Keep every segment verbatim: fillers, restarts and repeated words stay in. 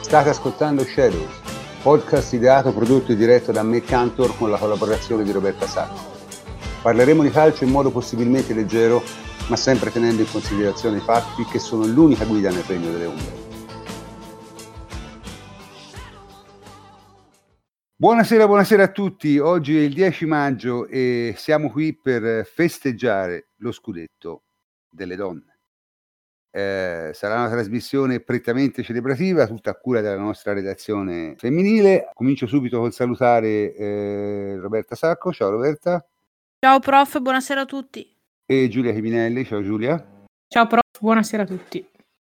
State ascoltando Shadows, podcast ideato, prodotto e diretto da me, Cantor, con la collaborazione di Roberta Sacco. Parleremo di calcio in modo possibilmente leggero, ma sempre tenendo in considerazione i fatti che sono l'unica guida nel regno delle ombre. Buonasera, buonasera a tutti. Oggi è il dieci maggio e siamo qui per festeggiare lo scudetto delle donne. Eh, sarà una trasmissione prettamente celebrativa, tutta a cura della nostra redazione femminile. Comincio subito col salutare eh, Roberta Sacco. Ciao Roberta. Ciao prof, buonasera a tutti. E Giulia Chiminelli. Ciao Giulia. Ciao prof, buonasera a tutti.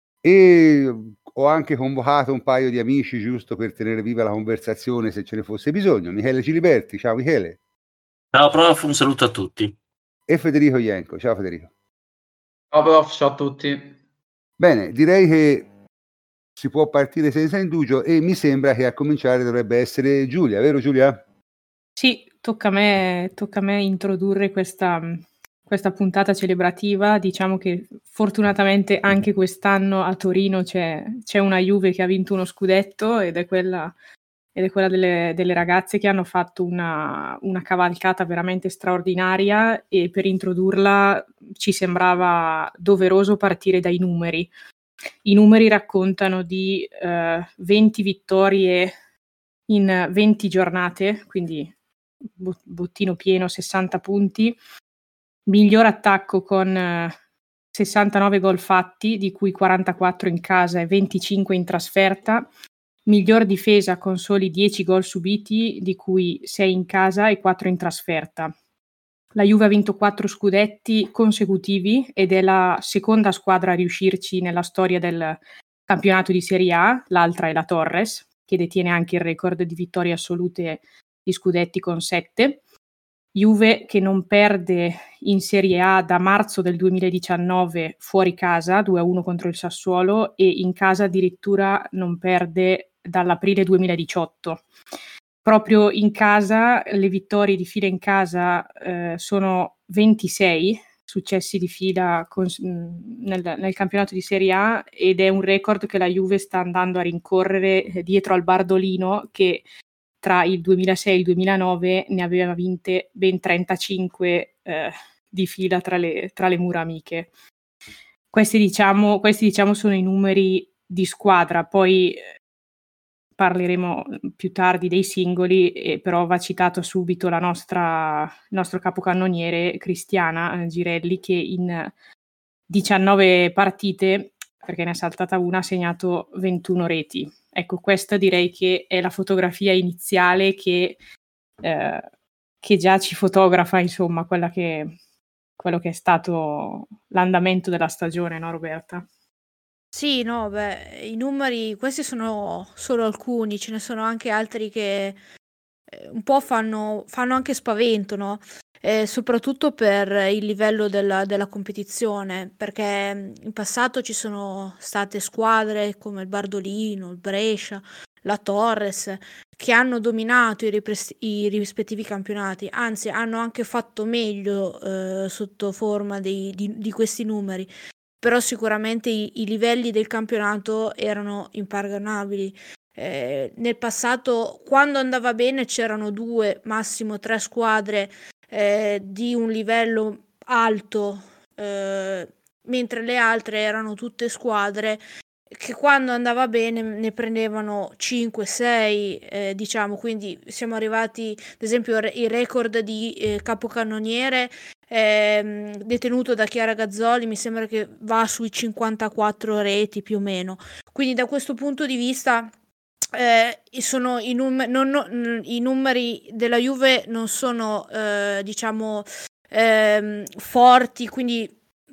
E ho anche convocato un paio di amici giusto per tenere viva la conversazione se ce ne fosse bisogno. Michele Giliberti. Ciao Michele. Ciao prof, un saluto a tutti. E Federico Ienco. Ciao Federico. Ciao prof, ciao a tutti. Bene, direi che si può partire senza indugio e mi sembra che a cominciare dovrebbe essere Giulia, vero Giulia? Sì, tocca a me, tocca a me introdurre questa, questa puntata celebrativa. Diciamo che fortunatamente anche quest'anno a Torino c'è, c'è una Juve che ha vinto uno scudetto ed è quella, ed è quella delle, delle ragazze che hanno fatto una, una cavalcata veramente straordinaria, e per introdurla ci sembrava doveroso partire dai numeri. I numeri raccontano di eh, venti vittorie in venti giornate, quindi bottino pieno, sessanta punti, miglior attacco con eh, sessantanove gol fatti, di cui quarantaquattro in casa e venticinque in trasferta, miglior difesa con soli dieci gol subiti, di cui sei in casa e quattro in trasferta. La Juve ha vinto quattro scudetti consecutivi ed è la seconda squadra a riuscirci nella storia del campionato di Serie A. L'altra è la Torres, che detiene anche il record di vittorie assolute di scudetti con sette. Juve che non perde in Serie A da marzo del duemiladiciannove fuori casa, due a uno contro il Sassuolo, e in casa addirittura non perde dall'aprile duemiladiciotto. Proprio in casa, le vittorie di fila in casa eh, sono ventisei successi di fila con, nel, nel campionato di Serie A, ed è un record che la Juve sta andando a rincorrere dietro al Bardolino, che tra il duemilasei e il duemilanove ne aveva vinte ben trentacinque eh, di fila tra le, tra le mura amiche. Questi diciamo, questi diciamo sono i numeri di squadra, poi parleremo più tardi dei singoli, e però va citato subito la nostra, il nostro capocannoniere Cristiana Girelli, che in diciannove partite, perché ne ha saltata una, ha segnato ventuno reti. Ecco, questa direi che è la fotografia iniziale che, eh, che già ci fotografa, insomma, quella che, quello che è stato l'andamento della stagione, no Roberta? Sì, no, beh, i numeri, questi sono solo alcuni, ce ne sono anche altri che eh, un po' fanno, fanno anche spavento, no? Eh, soprattutto per il livello della, della competizione, perché in passato ci sono state squadre come il Bardolino, il Brescia, la Torres, che hanno dominato i, ripres- i rispettivi campionati, anzi hanno anche fatto meglio eh, sotto forma dei, di, di questi numeri. Però sicuramente i, i livelli del campionato erano imparagonabili. Eh, nel passato, quando andava bene, c'erano due, massimo tre squadre eh, di un livello alto, eh, mentre le altre erano tutte squadre che quando andava bene ne prendevano cinque sei, eh, diciamo. Quindi siamo arrivati, ad esempio, il record di eh, capocannoniere eh, detenuto da Chiara Gazzoli, mi sembra che va sui cinquantaquattro reti più o meno. Quindi da questo punto di vista eh, sono i, num- non, non, i numeri della Juve non sono eh, diciamo eh, forti, quindi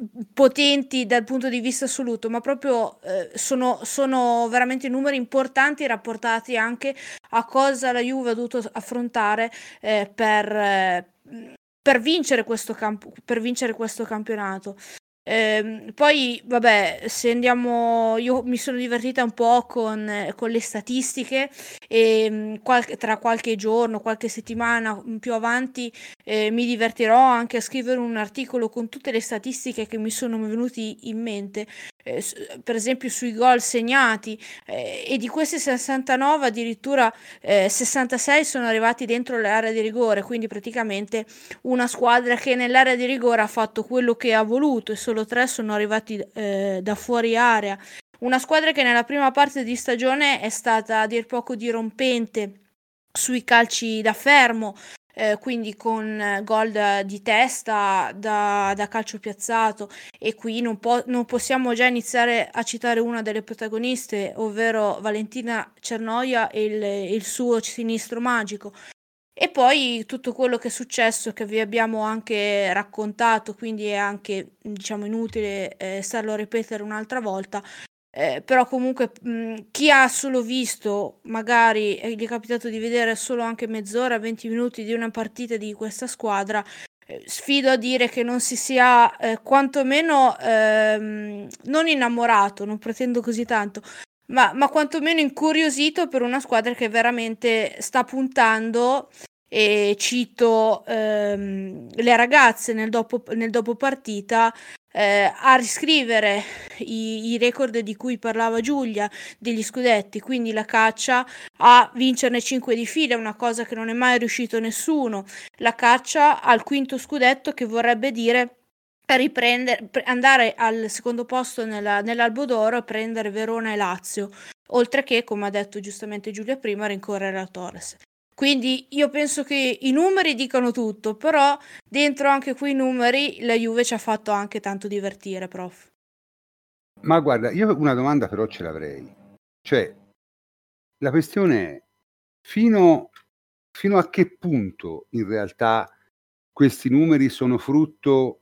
potenti dal punto di vista assoluto, ma proprio eh, sono, sono veramente numeri importanti, rapportati anche a cosa la Juve ha dovuto affrontare eh, per, eh, per vincere questo camp- per vincere questo campionato. Eh, poi vabbè, se andiamo, io mi sono divertita un po' con, eh, con le statistiche, e mh, qualche, tra qualche giorno, qualche settimana più avanti eh, mi divertirò anche a scrivere un articolo con tutte le statistiche che mi sono venuti in mente, eh, per esempio sui gol segnati, eh, e di questi sessantanove addirittura eh, sessantasei sono arrivati dentro l'area di rigore, quindi praticamente una squadra che nell'area di rigore ha fatto quello che ha voluto e solo tre sono arrivati eh, da fuori area. Una squadra che nella prima parte di stagione è stata a dir poco dirompente sui calci da fermo, eh, quindi con eh, gol da- di testa da, da calcio piazzato, e qui non, po- non possiamo già iniziare a citare una delle protagoniste, ovvero Valentina Cernoia e il, il suo sinistro magico. E poi tutto quello che è successo, che vi abbiamo anche raccontato, quindi è anche, diciamo, inutile eh, starlo a ripetere un'altra volta. Eh, però comunque mh, chi ha solo visto, magari eh, gli è capitato di vedere solo anche mezz'ora, venti minuti di una partita di questa squadra, eh, sfido a dire che non si sia eh, quantomeno ehm, non innamorato, non pretendo così tanto, ma, ma quantomeno incuriosito per una squadra che veramente sta puntando, e cito ehm, le ragazze nel dopo, nel dopo partita, eh, a riscrivere i, i record di cui parlava Giulia degli scudetti, quindi la caccia a vincerne cinque di fila, una cosa che non è mai riuscito nessuno, la caccia al quinto scudetto, che vorrebbe dire riprendere, andare al secondo posto nella, nell'Albo d'Oro e prendere Verona e Lazio, oltre che, come ha detto giustamente Giulia prima, rincorrere la Torres. Quindi io penso che i numeri dicano tutto, però dentro anche quei numeri la Juve ci ha fatto anche tanto divertire, prof. Ma guarda, io una domanda però ce l'avrei. Cioè, la questione è fino, fino a che punto in realtà questi numeri sono frutto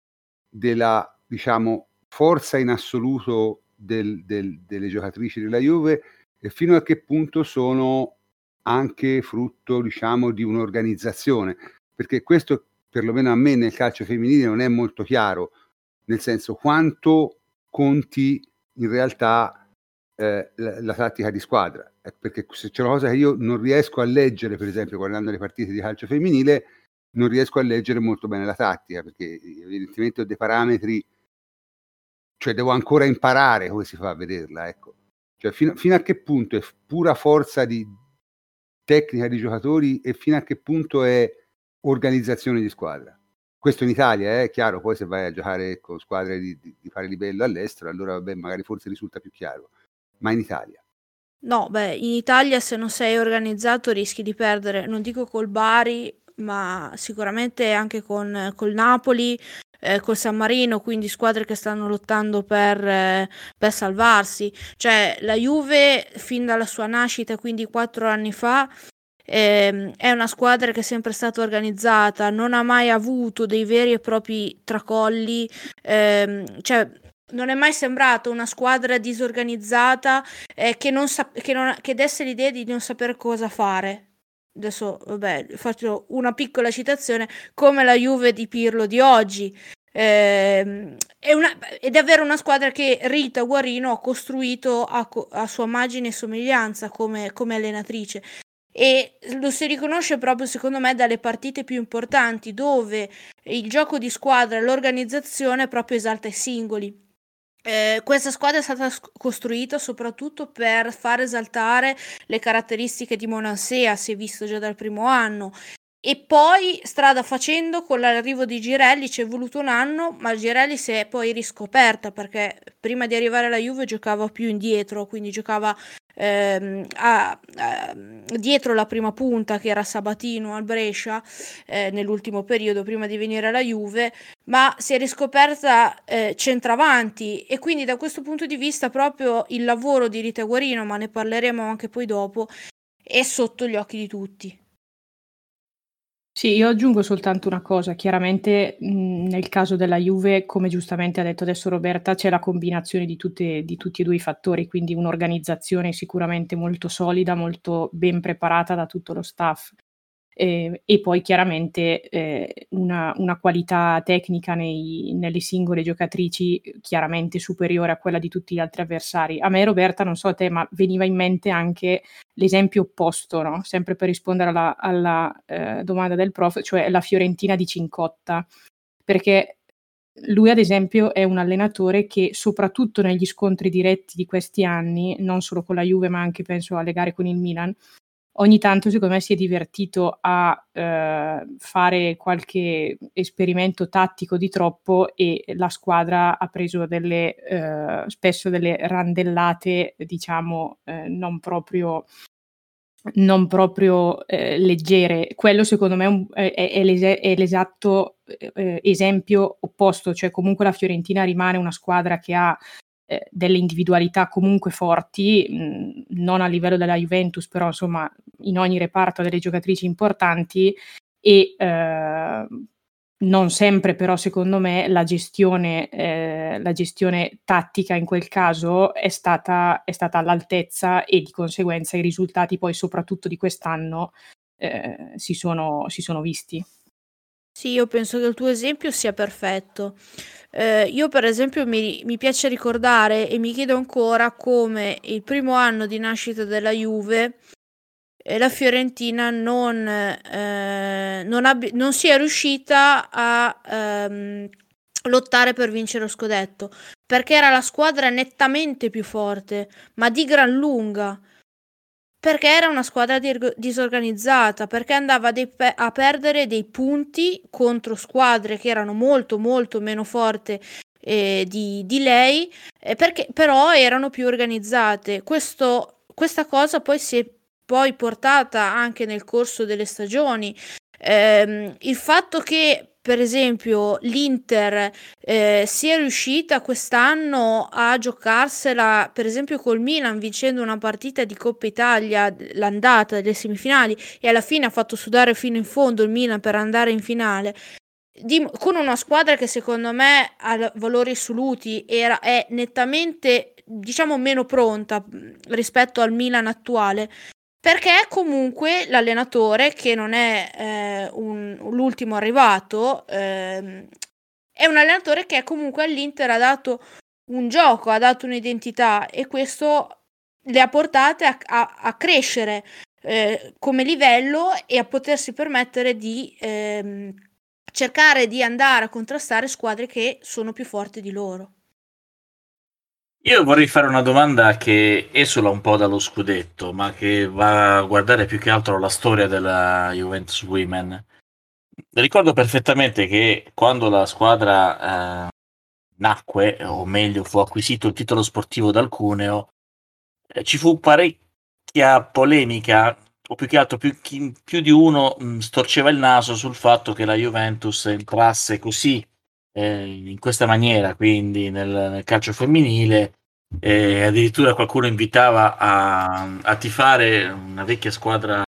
della, diciamo, forza in assoluto del, del, delle giocatrici della Juve, e fino a che punto sono anche frutto, diciamo, di un'organizzazione, perché questo perlomeno a me nel calcio femminile non è molto chiaro, nel senso quanto conti in realtà eh, la, la tattica di squadra, eh, perché se c'è una cosa che io non riesco a leggere, per esempio guardando le partite di calcio femminile, non riesco a leggere molto bene la tattica, perché evidentemente ho dei parametri, cioè devo ancora imparare come si fa a vederla, ecco. Cioè fino, fino a che punto è pura forza di tecnica di giocatori e fino a che punto è organizzazione di squadra. Questo in Italia è eh, chiaro, poi se vai a giocare con squadre di, di, di fare livello all'estero, allora vabbè, magari forse risulta più chiaro, ma in Italia? No, beh, in Italia se non sei organizzato rischi di perdere, non dico col Bari, ma sicuramente anche con col Napoli, eh, col San Marino, quindi squadre che stanno lottando per, eh, per salvarsi. Cioè la Juve fin dalla sua nascita, quindi quattro anni fa, ehm, è una squadra che è sempre stata organizzata, non ha mai avuto dei veri e propri tracolli, ehm, cioè non è mai sembrato una squadra disorganizzata, eh, che, non sa- che, non, che desse l'idea di non sapere cosa fare. Adesso, vabbè, faccio una piccola citazione, come la Juve di Pirlo di oggi. Ehm, è, una, è davvero una squadra che Rita Guarino ha costruito a, co- a sua immagine e somiglianza come, come allenatrice. E lo si riconosce proprio, secondo me, dalle partite più importanti, dove il gioco di squadra, l'organizzazione proprio esalta i singoli. Eh, questa squadra è stata sc- costruita soprattutto per far esaltare le caratteristiche di Monasea, si è visto già dal primo anno. E poi, strada facendo, con l'arrivo di Girelli ci è voluto un anno, ma Girelli si è poi riscoperta, perché prima di arrivare alla Juve giocava più indietro, quindi giocava ehm, a, a, dietro la prima punta, che era Sabatino al Brescia, eh, nell'ultimo periodo prima di venire alla Juve, ma si è riscoperta eh, centravanti, e quindi da questo punto di vista proprio il lavoro di Rita Guarino, ma ne parleremo anche poi dopo, è sotto gli occhi di tutti. Sì, io aggiungo soltanto una cosa. Chiaramente, mhmm, nel caso della Juve, come giustamente ha detto adesso Roberta, c'è la combinazione di tutte di tutti e due i fattori, quindi un'organizzazione sicuramente molto solida, molto ben preparata da tutto lo staff. Ehm, e poi chiaramente, ehm, una una qualità tecnica nei nelle singole giocatrici, uhm, chiaramente superiore a quella di tutti gli altri avversari. A me, Roberta, non so a te, ma veniva in mente anche l'esempio opposto, no, sempre per rispondere alla alla, ehm, domanda del prof, cioè la Fiorentina di Cincotta, perché lui ad esempio è un allenatore che soprattutto negli scontri diretti di questi anni, non solo con la Juve ma anche penso alle gare con il Milan, ogni tanto secondo me si è divertito a eh, fare qualche esperimento tattico di troppo e la squadra ha preso delle eh, spesso delle randellate, diciamo, eh, non proprio non proprio eh, leggere. Quello secondo me è, un, è, è, l'es- è l'esatto eh, esempio opposto, cioè comunque la Fiorentina rimane una squadra che ha eh, delle individualità comunque forti, mh, non a livello della Juventus, però insomma in ogni reparto ha delle giocatrici importanti e eh, non sempre però secondo me la gestione, eh, la gestione tattica in quel caso è stata, è stata all'altezza e di conseguenza i risultati poi soprattutto di quest'anno eh, si, sono, si sono visti. Sì, io penso che il tuo esempio sia perfetto. Eh, io per esempio mi, mi piace ricordare e mi chiedo ancora come il primo anno di nascita della Juve eh, la Fiorentina non, eh, non, abbi- non sia riuscita a ehm, lottare per vincere lo scudetto, perché era la squadra nettamente più forte, ma di gran lunga. Perché era una squadra dir- disorganizzata, perché andava dei pe- a perdere dei punti contro squadre che erano molto molto meno forti eh, di, di lei, eh, perché però erano più organizzate. Questo, questa cosa poi si è poi portata anche nel corso delle stagioni. Ehm, il fatto che per esempio l'Inter eh, sia riuscita quest'anno a giocarsela per esempio col Milan vincendo una partita di Coppa Italia, l'andata delle semifinali, e alla fine ha fatto sudare fino in fondo il Milan per andare in finale, di, con una squadra che secondo me ha valori assoluti, era, è nettamente diciamo meno pronta rispetto al Milan attuale, perché comunque l'allenatore, che non è eh, un, l'ultimo arrivato, ehm, è un allenatore che comunque all'Inter ha dato un gioco, ha dato un'identità, e questo le ha portate a, a, a crescere eh, come livello e a potersi permettere di ehm, cercare di andare a contrastare squadre che sono più forti di loro. Io vorrei fare una domanda che esula un po' dallo scudetto, ma che va a guardare più che altro la storia della Juventus Women. Ricordo perfettamente che quando la squadra eh, nacque, o meglio fu acquisito il titolo sportivo dal Cuneo, eh, ci fu parecchia polemica, o più che altro più, chi, più di uno mh, storceva il naso sul fatto che la Juventus entrasse così eh, in questa maniera, quindi nel, nel calcio femminile, e addirittura qualcuno invitava a, a tifare una vecchia squadra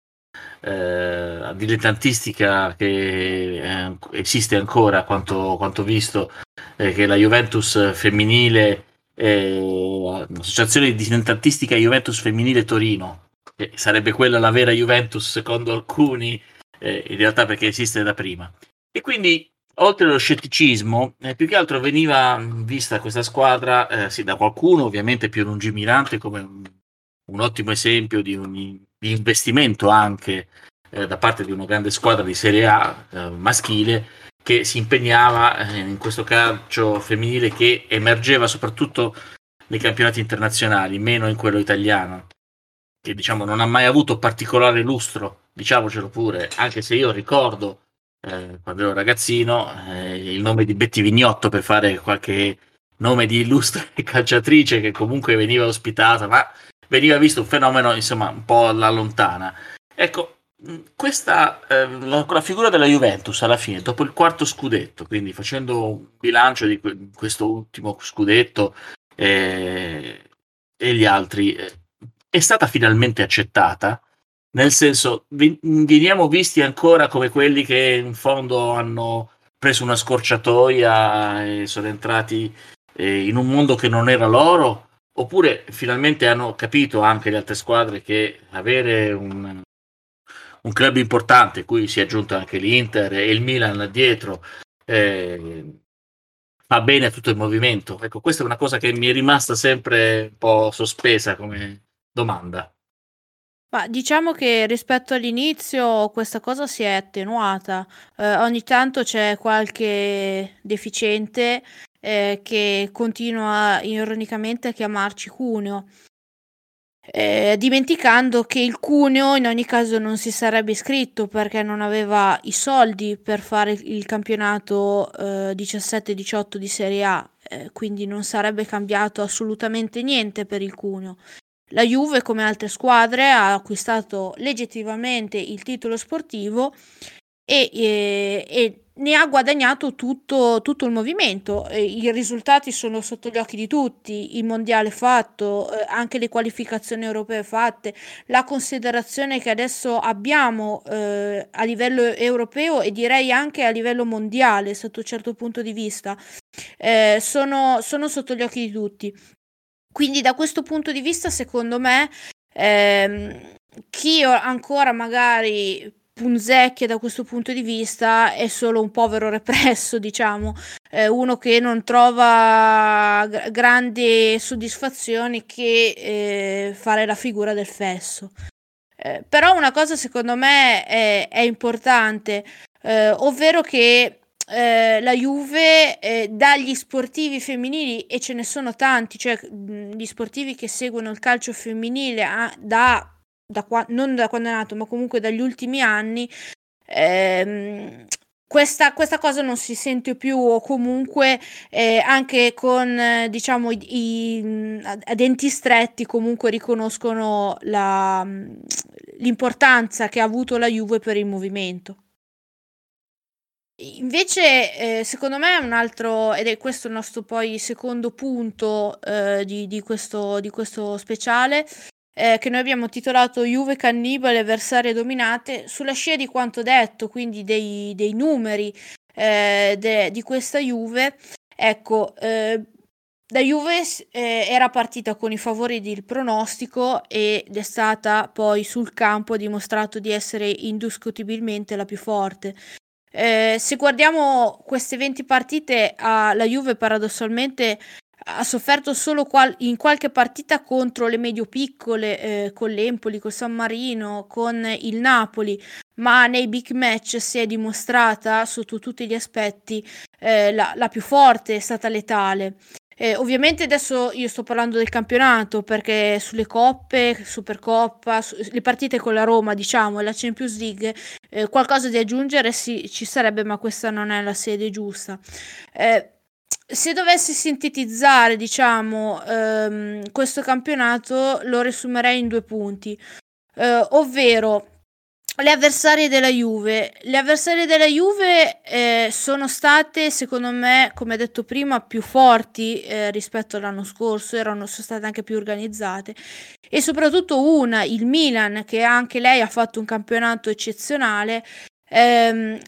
eh, dilettantistica che eh, esiste ancora, quanto, quanto visto, eh, che è la Juventus femminile, eh, l'associazione dilettantistica Juventus femminile Torino, che sarebbe quella la vera Juventus secondo alcuni, eh, in realtà perché esiste da prima. E quindi oltre allo scetticismo, eh, più che altro veniva vista questa squadra, eh, sì, da qualcuno ovviamente più lungimirante, come un, un ottimo esempio di, un, di investimento anche eh, da parte di una grande squadra di Serie A eh, maschile, che si impegnava eh, in questo calcio femminile che emergeva soprattutto nei campionati internazionali, meno in quello italiano, che diciamo non ha mai avuto particolare lustro, diciamocelo pure, anche se io ricordo eh, quando ero ragazzino eh, il nome di Betty Vignotto, per fare qualche nome di illustre calciatrice che comunque veniva ospitata, ma veniva visto un fenomeno insomma un po' alla lontana. Ecco, questa eh, la, la figura della Juventus alla fine, dopo il quarto scudetto, quindi facendo un bilancio di que- questo ultimo scudetto eh, e gli altri, eh, è stata finalmente accettata, nel senso vi- veniamo visti ancora come quelli che in fondo hanno preso una scorciatoia e sono entrati eh, in un mondo che non era loro, oppure finalmente hanno capito anche le altre squadre che avere un, un club importante, cui si è aggiunto anche l'Inter e il Milan dietro, eh, fa bene a tutto il movimento. Ecco, questa è una cosa che mi è rimasta sempre un po' sospesa come domanda. Ma diciamo che rispetto all'inizio questa cosa si è attenuata. Eh, ogni tanto c'è qualche deficiente eh, che continua ironicamente a chiamarci Cuneo, eh, dimenticando che il Cuneo in ogni caso non si sarebbe iscritto perché non aveva i soldi per fare il campionato eh, diciassette diciotto di Serie A, eh, quindi non sarebbe cambiato assolutamente niente per il Cuneo. La Juve, come altre squadre, ha acquistato legittimamente il titolo sportivo e, e, e ne ha guadagnato tutto, tutto il movimento. E i risultati sono sotto gli occhi di tutti, il mondiale fatto, eh, anche le qualificazioni europee fatte, la considerazione che adesso abbiamo eh, a livello europeo e direi anche a livello mondiale sotto un certo punto di vista, eh, sono, sono sotto gli occhi di tutti. Quindi da questo punto di vista, secondo me, ehm, chi ancora magari punzecchia da questo punto di vista è solo un povero represso, diciamo, eh, uno che non trova g- grandi soddisfazioni che eh, fare la figura del fesso. Eh, però una cosa secondo me è, è importante, eh, ovvero che eh, la Juve eh, dagli sportivi femminili, e ce ne sono tanti, cioè mh, gli sportivi che seguono il calcio femminile ah, da, da qua, non da quando è nato, ma comunque dagli ultimi anni, ehm, questa, questa cosa non si sente più, o comunque eh, anche con eh, diciamo i, i a, a denti stretti comunque riconoscono la, l'importanza che ha avuto la Juve per il movimento. Invece, eh, secondo me, è un altro, ed è questo il nostro poi secondo punto eh, di, di, questo, di questo speciale, eh, che noi abbiamo titolato Juve cannibale, avversarie dominate, sulla scia di quanto detto, quindi dei, dei numeri eh, de, di questa Juve. Ecco, eh, la Juve eh, era partita con i favori del pronostico ed è stata poi sul campo dimostrato di essere indiscutibilmente la più forte. Eh, se guardiamo queste venti partite, ah, la Juve paradossalmente ha sofferto solo qual- in qualche partita contro le medio-piccole, eh, con l'Empoli, col San Marino, con il Napoli, ma nei big match si è dimostrata sotto tutti gli aspetti eh, la, la più forte, è stata letale. Eh, ovviamente adesso io sto parlando del campionato perché sulle coppe, Supercoppa, su, le partite con la Roma, diciamo, e la Champions League, eh, qualcosa di aggiungere sì, ci sarebbe, ma questa non è la sede giusta. Eh, se dovessi sintetizzare, diciamo, ehm, questo campionato, lo riassumerei in due punti, eh, ovvero le avversarie della Juve. Le avversarie della Juve eh, sono state, secondo me, come detto prima, più forti eh, rispetto all'anno scorso, erano, sono state anche più organizzate. E soprattutto una, il Milan, che anche lei ha fatto un campionato eccezionale, ehm,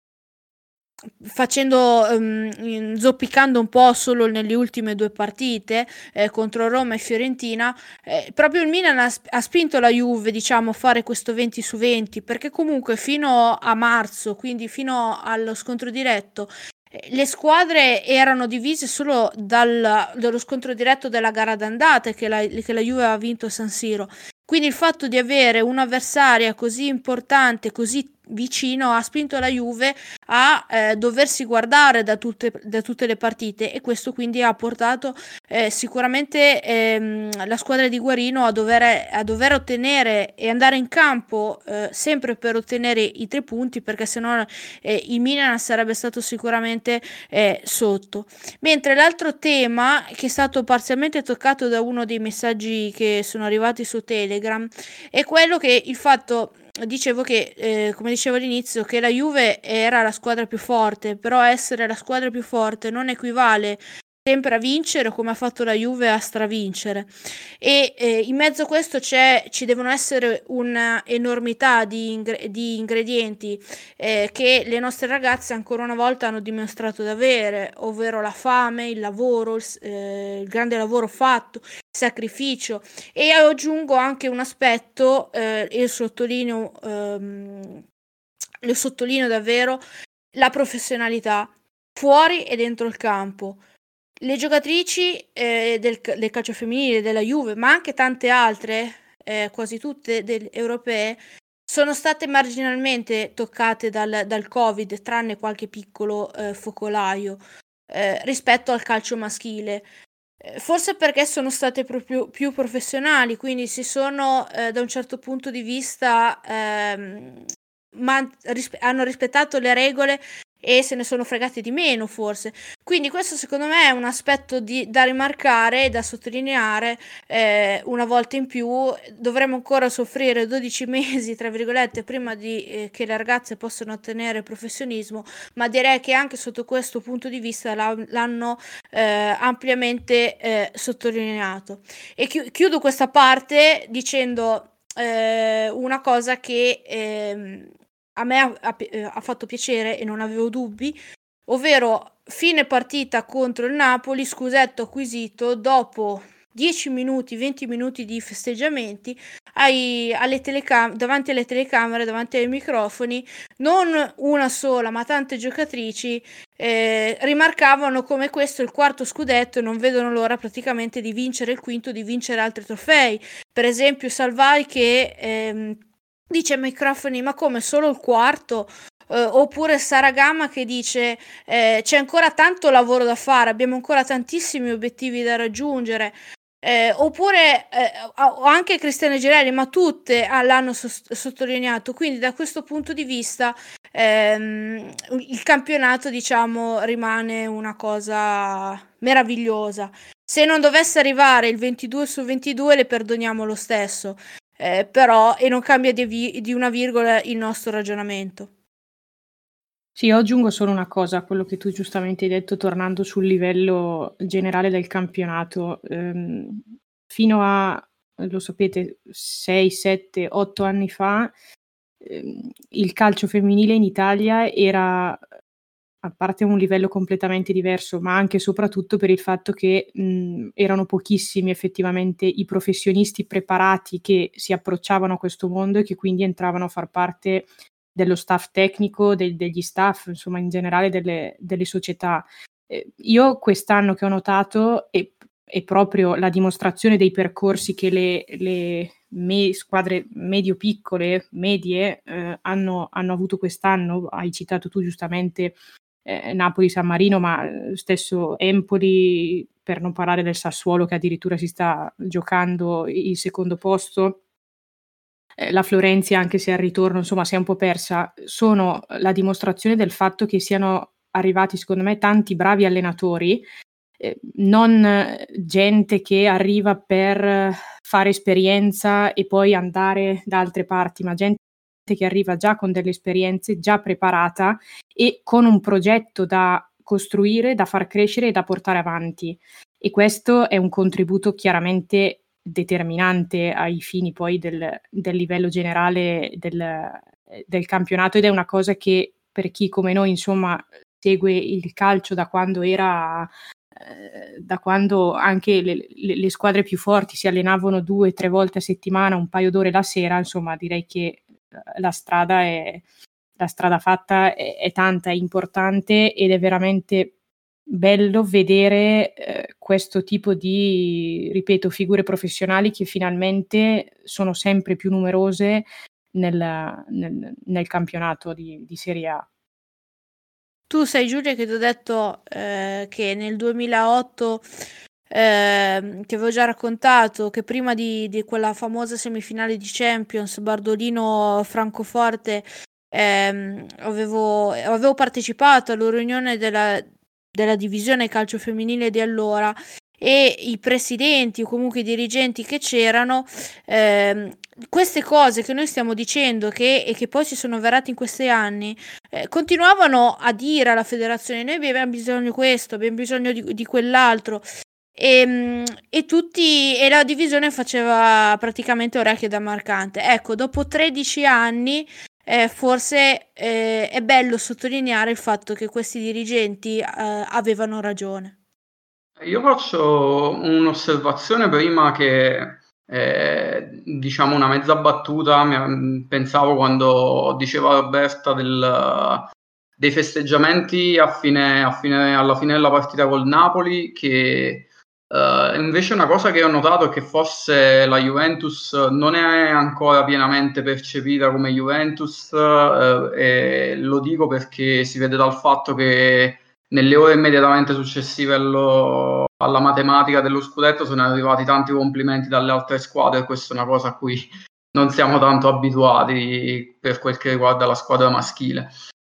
facendo um, zoppicando un po' solo nelle ultime due partite eh, contro Roma e Fiorentina, eh, proprio il Milan ha, ha spinto la Juve, diciamo, a fare questo venti su venti, perché comunque fino a marzo, quindi fino allo scontro diretto, eh, le squadre erano divise solo dal, dallo scontro diretto della gara d'andata che la, che la Juve aveva vinto a San Siro. Quindi il fatto di avere un'avversaria così importante, così vicino, ha spinto la Juve a eh, doversi guardare da tutte, da tutte le partite, e questo quindi ha portato eh, sicuramente ehm, la squadra di Guarino a dover, a dover ottenere e andare in campo eh, sempre per ottenere i tre punti, perché sennò eh, il Milan sarebbe stato sicuramente eh, sotto. Mentre l'altro tema, che è stato parzialmente toccato da uno dei messaggi che sono arrivati su Telegram, è quello che il fatto, dicevo che, eh, come dicevo all'inizio, che la Juve era la squadra più forte, però essere la squadra più forte non equivale sempre a vincere, come ha fatto la Juve, a stravincere. E eh, in mezzo a questo c'è, ci devono essere un'enormità di, ingre- di ingredienti eh, che le nostre ragazze ancora una volta hanno dimostrato di avere, ovvero la fame, il lavoro, il, eh, il grande lavoro fatto, il sacrificio. E aggiungo anche un aspetto, eh, e sottolineo, ehm, lo sottolineo davvero, la professionalità fuori e dentro il campo. Le giocatrici eh, del, del calcio femminile della Juve, ma anche tante altre, eh, quasi tutte del- europee, sono state marginalmente toccate dal, dal Covid, tranne qualche piccolo eh, focolaio eh, rispetto al calcio maschile. Eh, Forse perché sono state proprio più professionali, quindi si sono eh, da un certo punto di vista ehm, man- rispe- hanno rispettato le regole e se ne sono fregati di meno, forse. Quindi questo secondo me è un aspetto di- da rimarcare e da sottolineare eh, una volta in più. Dovremmo ancora soffrire dodici mesi, tra virgolette, prima di, eh, che le ragazze possano ottenere professionismo, ma direi che anche sotto questo punto di vista la- l'hanno eh, ampiamente eh, sottolineato. E chi- chiudo questa parte dicendo eh, una cosa che ehm, a me ha, ha pi- eh, ha fatto piacere e non avevo dubbi, ovvero fine partita contro il Napoli, scudetto acquisito dopo dieci minuti, venti minuti di festeggiamenti ai, alle telecam- davanti alle telecamere, davanti ai microfoni, non una sola, ma tante giocatrici eh, rimarcavano come questo è il quarto scudetto e non vedono l'ora praticamente di vincere il quinto, di vincere altri trofei. Per esempio Salvai che ehm, dice ai microfoni ma come solo il quarto? Eh, oppure Saragama che dice eh, c'è ancora tanto lavoro da fare, abbiamo ancora tantissimi obiettivi da raggiungere. Eh, oppure eh, o anche Cristiane Girelli, ma tutte ah, l'hanno sos- sottolineato. Quindi da questo punto di vista ehm, il campionato, diciamo, rimane una cosa meravigliosa. Se non dovesse arrivare il ventidue su ventidue, le perdoniamo lo stesso, eh, però, e non cambia di, vi- di una virgola il nostro ragionamento. Sì, io aggiungo solo una cosa a quello che tu giustamente hai detto, tornando sul livello generale del campionato. Ehm, fino a, lo sapete, sei, sette, otto anni fa, ehm, il calcio femminile in Italia era, a parte un livello completamente diverso, ma anche e soprattutto per il fatto che mh, erano pochissimi effettivamente i professionisti preparati che si approcciavano a questo mondo e che quindi entravano a far parte dello staff tecnico, del- degli staff, insomma in generale delle, delle società. Eh, io quest'anno che ho notato è, è proprio la dimostrazione dei percorsi che le, le me- squadre medio-piccole, medie, eh, hanno, hanno avuto quest'anno. Hai citato tu giustamente eh, Napoli-San Marino, ma eh, stesso Empoli, per non parlare del Sassuolo che addirittura si sta giocando il secondo posto. Eh, la Florenzi, anche se al ritorno insomma si è un po' persa, sono la dimostrazione del fatto che siano arrivati secondo me tanti bravi allenatori, eh, non eh, gente che arriva per eh, fare esperienza e poi andare da altre parti, ma gente che arriva già con delle esperienze, già preparata e con un progetto da costruire, da far crescere e da portare avanti. E questo è un contributo chiaramente determinante ai fini poi del, del livello generale del, del campionato, ed è una cosa che per chi come noi insomma segue il calcio da quando era eh, da quando anche le, le, le squadre più forti si allenavano due o tre volte a settimana, un paio d'ore la sera, insomma direi che la strada è la strada fatta è, è tanta, è importante, ed è veramente bello vedere eh, questo tipo di, ripeto, figure professionali che finalmente sono sempre più numerose nel, nel, nel campionato di, di Serie A. Tu sai Giulia che ti ho detto eh, che nel duemilaotto, eh, che avevo già raccontato, che prima di, di quella famosa semifinale di Champions, Bardolino-Francoforte, ehm, avevo, avevo partecipato alla riunione della, della divisione calcio femminile di allora, e i presidenti o comunque i dirigenti che c'erano, ehm, queste cose che noi stiamo dicendo che, e che poi si sono avverate in questi anni, eh, continuavano a dire alla federazione noi abbiamo bisogno di questo, abbiamo bisogno di, di quell'altro, e, mm, e tutti e la divisione faceva praticamente orecchie da marcante. Ecco, dopo tredici anni eh, forse eh, è bello sottolineare il fatto che questi dirigenti eh, avevano ragione. Io faccio un'osservazione prima che, eh, diciamo, una mezza battuta. Mi- pensavo quando diceva Roberta del, dei festeggiamenti a fine, a fine- alla fine della partita col Napoli, che Uh, invece una cosa che ho notato è che forse la Juventus non è ancora pienamente percepita come Juventus, uh, e lo dico perché si vede dal fatto che nelle ore immediatamente successive allo, alla matematica dello scudetto sono arrivati tanti complimenti dalle altre squadre, e questa è una cosa a cui non siamo tanto abituati per quel che riguarda la squadra maschile.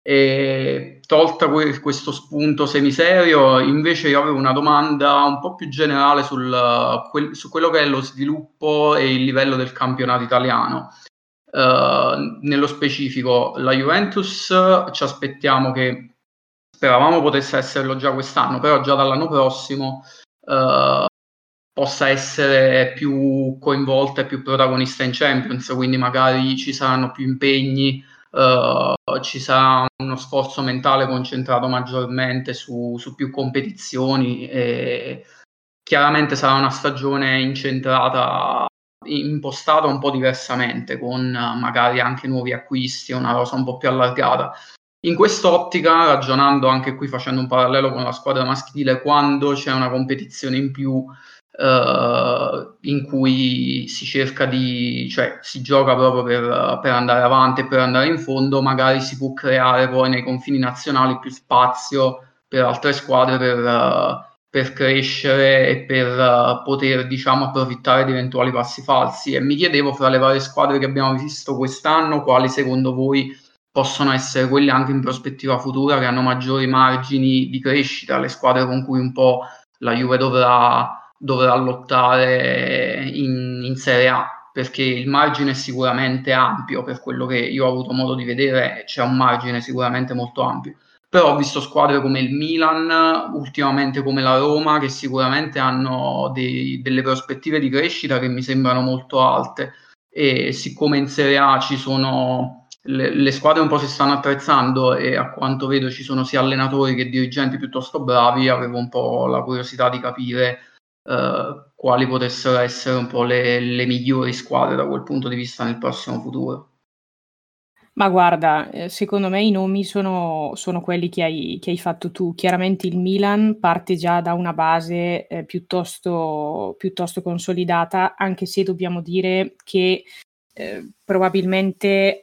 E tolta que- questo spunto semiserio, invece io avevo una domanda un po' più generale sul, quel- su quello che è lo sviluppo e il livello del campionato italiano. Uh, nello specifico, la Juventus ci aspettiamo che, speravamo potesse esserlo già quest'anno, però già dall'anno prossimo uh, possa essere più coinvolta e più protagonista in Champions, quindi magari ci saranno più impegni, uh, ci sarà uno sforzo mentale concentrato maggiormente su, su più competizioni, e chiaramente sarà una stagione incentrata, impostata un po' diversamente, con magari anche nuovi acquisti, una rosa un po' più allargata. In quest'ottica, ragionando anche qui, facendo un parallelo con la squadra maschile, quando c'è una competizione in più, Uh, in cui si cerca di, cioè si gioca proprio per, per andare avanti e per andare in fondo, magari si può creare poi nei confini nazionali più spazio per altre squadre per, uh, per crescere e per uh, poter, diciamo, approfittare di eventuali passi falsi. E mi chiedevo, fra le varie squadre che abbiamo visto quest'anno, quali secondo voi possono essere quelle anche in prospettiva futura che hanno maggiori margini di crescita, le squadre con cui un po' la Juve dovrà dovrà lottare in, in Serie A, perché il margine è sicuramente ampio. Per quello che io ho avuto modo di vedere, c'è un margine sicuramente molto ampio, però ho visto squadre come il Milan, ultimamente come la Roma, che sicuramente hanno dei, delle prospettive di crescita che mi sembrano molto alte, e siccome in Serie A ci sono le, le squadre un po' si stanno attrezzando, e a quanto vedo ci sono sia allenatori che dirigenti piuttosto bravi, avevo un po' la curiosità di capire Uh, quali potessero essere un po' le, le migliori squadre da quel punto di vista nel prossimo futuro. Ma guarda, eh, secondo me i nomi sono, sono quelli che hai, che hai fatto tu. Chiaramente il Milan parte già da una base eh, piuttosto, piuttosto consolidata, anche se dobbiamo dire che eh, probabilmente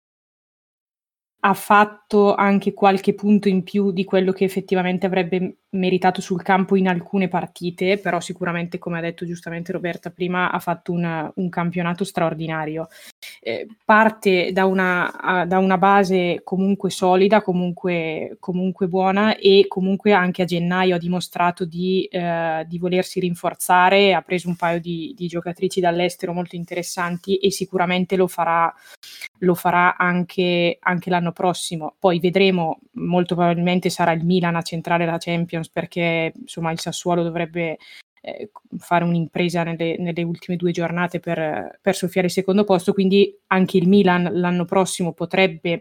ha fatto anche qualche punto in più di quello che effettivamente avrebbe meritato sul campo in alcune partite, però sicuramente, come ha detto giustamente Roberta prima, ha fatto una, un campionato straordinario. Eh, parte da una, da una base comunque solida, comunque, comunque buona, e comunque anche a gennaio ha dimostrato di, eh, di volersi rinforzare, ha preso un paio di, di giocatrici dall'estero molto interessanti, e sicuramente lo farà, lo farà anche, anche l'anno prossimo. Poi vedremo, molto probabilmente sarà il Milan a centrare la Champions, perché insomma il Sassuolo dovrebbe eh, fare un'impresa nelle, nelle ultime due giornate per, per soffiare il secondo posto, quindi anche il Milan l'anno prossimo potrebbe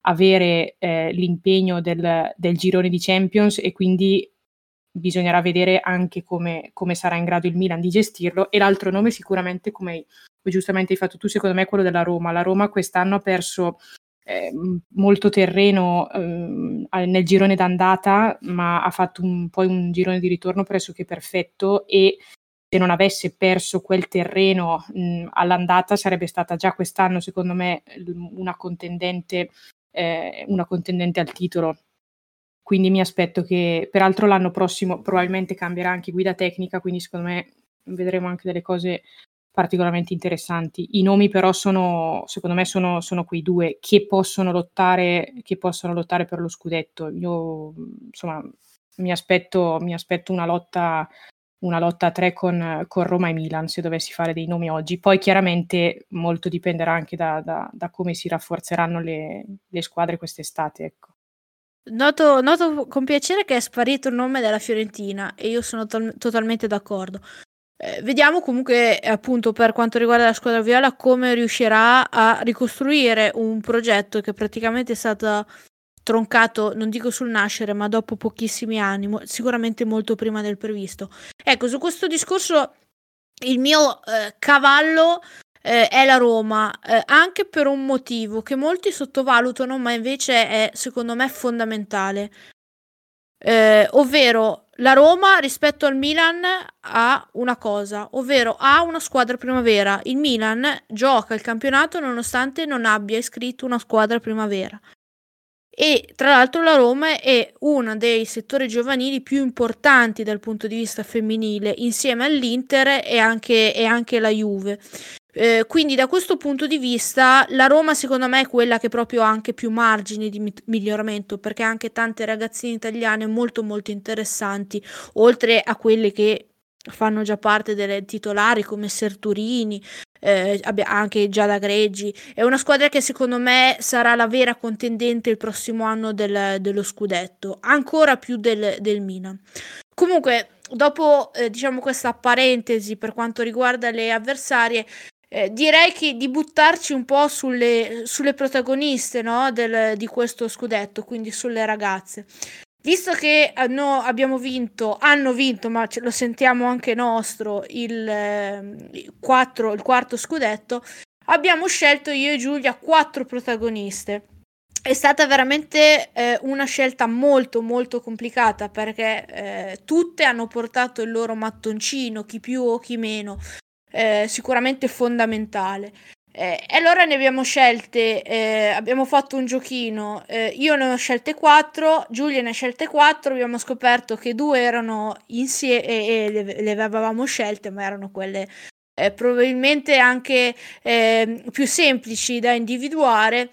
avere eh, l'impegno del, del girone di Champions, e quindi bisognerà vedere anche come, come sarà in grado il Milan di gestirlo. E l'altro nome sicuramente, come giustamente hai fatto tu, secondo me è quello della Roma. La Roma quest'anno ha perso eh, molto terreno eh, nel girone d'andata, ma ha fatto un, poi un girone di ritorno pressoché perfetto, e se non avesse perso quel terreno mh, all'andata sarebbe stata già quest'anno, secondo me, una contendente, eh, una contendente al titolo. Quindi mi aspetto che, peraltro l'anno prossimo probabilmente cambierà anche guida tecnica, quindi secondo me vedremo anche delle cose particolarmente interessanti. I nomi però sono, secondo me, sono, sono quei due che possono lottare, che possono lottare per lo scudetto. Io insomma mi aspetto, mi aspetto una lotta, una lotta a tre con, con Roma e Milan, se dovessi fare dei nomi oggi. Poi chiaramente molto dipenderà anche da, da, da come si rafforzeranno le, le squadre quest'estate, ecco. Noto, noto con piacere che è sparito il nome della Fiorentina, e io sono to- totalmente d'accordo. Eh, vediamo comunque, appunto, per quanto riguarda la squadra viola, come riuscirà a ricostruire un progetto che praticamente è stato troncato, non dico sul nascere, ma dopo pochissimi anni, mo- sicuramente molto prima del previsto. Ecco, su questo discorso il mio eh, cavallo eh, è la Roma, eh, anche per un motivo che molti sottovalutano, ma invece è, secondo me, fondamentale. Eh, ovvero la Roma rispetto al Milan ha una cosa, ovvero ha una squadra primavera. Il Milan gioca il campionato nonostante non abbia iscritto una squadra primavera. E tra l'altro la Roma è uno dei settori giovanili più importanti dal punto di vista femminile, insieme all'Inter e anche, e anche la Juve. Eh, quindi da questo punto di vista la Roma secondo me è quella che proprio ha anche più margini di mi- miglioramento, perché ha anche tante ragazzine italiane molto molto interessanti, oltre a quelle che fanno già parte delle titolari come Serturini, eh, abbia- anche Giada Greggi. È una squadra che secondo me sarà la vera contendente il prossimo anno del- dello scudetto, ancora più del, del Milan. Comunque, dopo eh, diciamo questa parentesi per quanto riguarda le avversarie, eh, direi che di buttarci un po' sulle, sulle protagoniste, no, del, di questo scudetto, quindi sulle ragazze. Visto che hanno, abbiamo vinto, hanno vinto, ma ce lo sentiamo anche nostro, il, eh, il quattro, il quarto scudetto, abbiamo scelto io e Giulia quattro protagoniste. È stata veramente eh, una scelta molto molto complicata, perché eh, tutte hanno portato il loro mattoncino, chi più o chi meno, eh, sicuramente fondamentale. Eh, e allora ne abbiamo scelte, eh, abbiamo fatto un giochino, eh, io ne ho scelte quattro, Giulia ne ha scelte quattro, abbiamo scoperto che due erano insieme e, e le, le avevamo scelte, ma erano quelle eh, probabilmente anche eh, più semplici da individuare,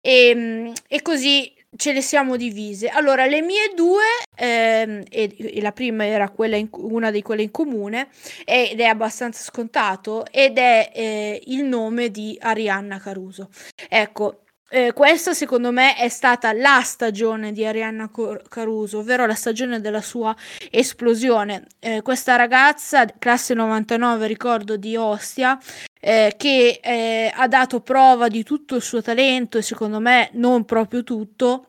e, e così ce le siamo divise. Allora, le mie due, ehm, e, e la prima era quella in, una di quelle in comune, ed è abbastanza scontato, ed è eh, il nome di Arianna Caruso. Ecco, eh, questa secondo me è stata la stagione di Arianna Caruso, ovvero la stagione della sua esplosione. Eh, questa ragazza, classe novantanove, ricordo, di Ostia, eh, che eh, ha dato prova di tutto il suo talento, e secondo me non proprio tutto,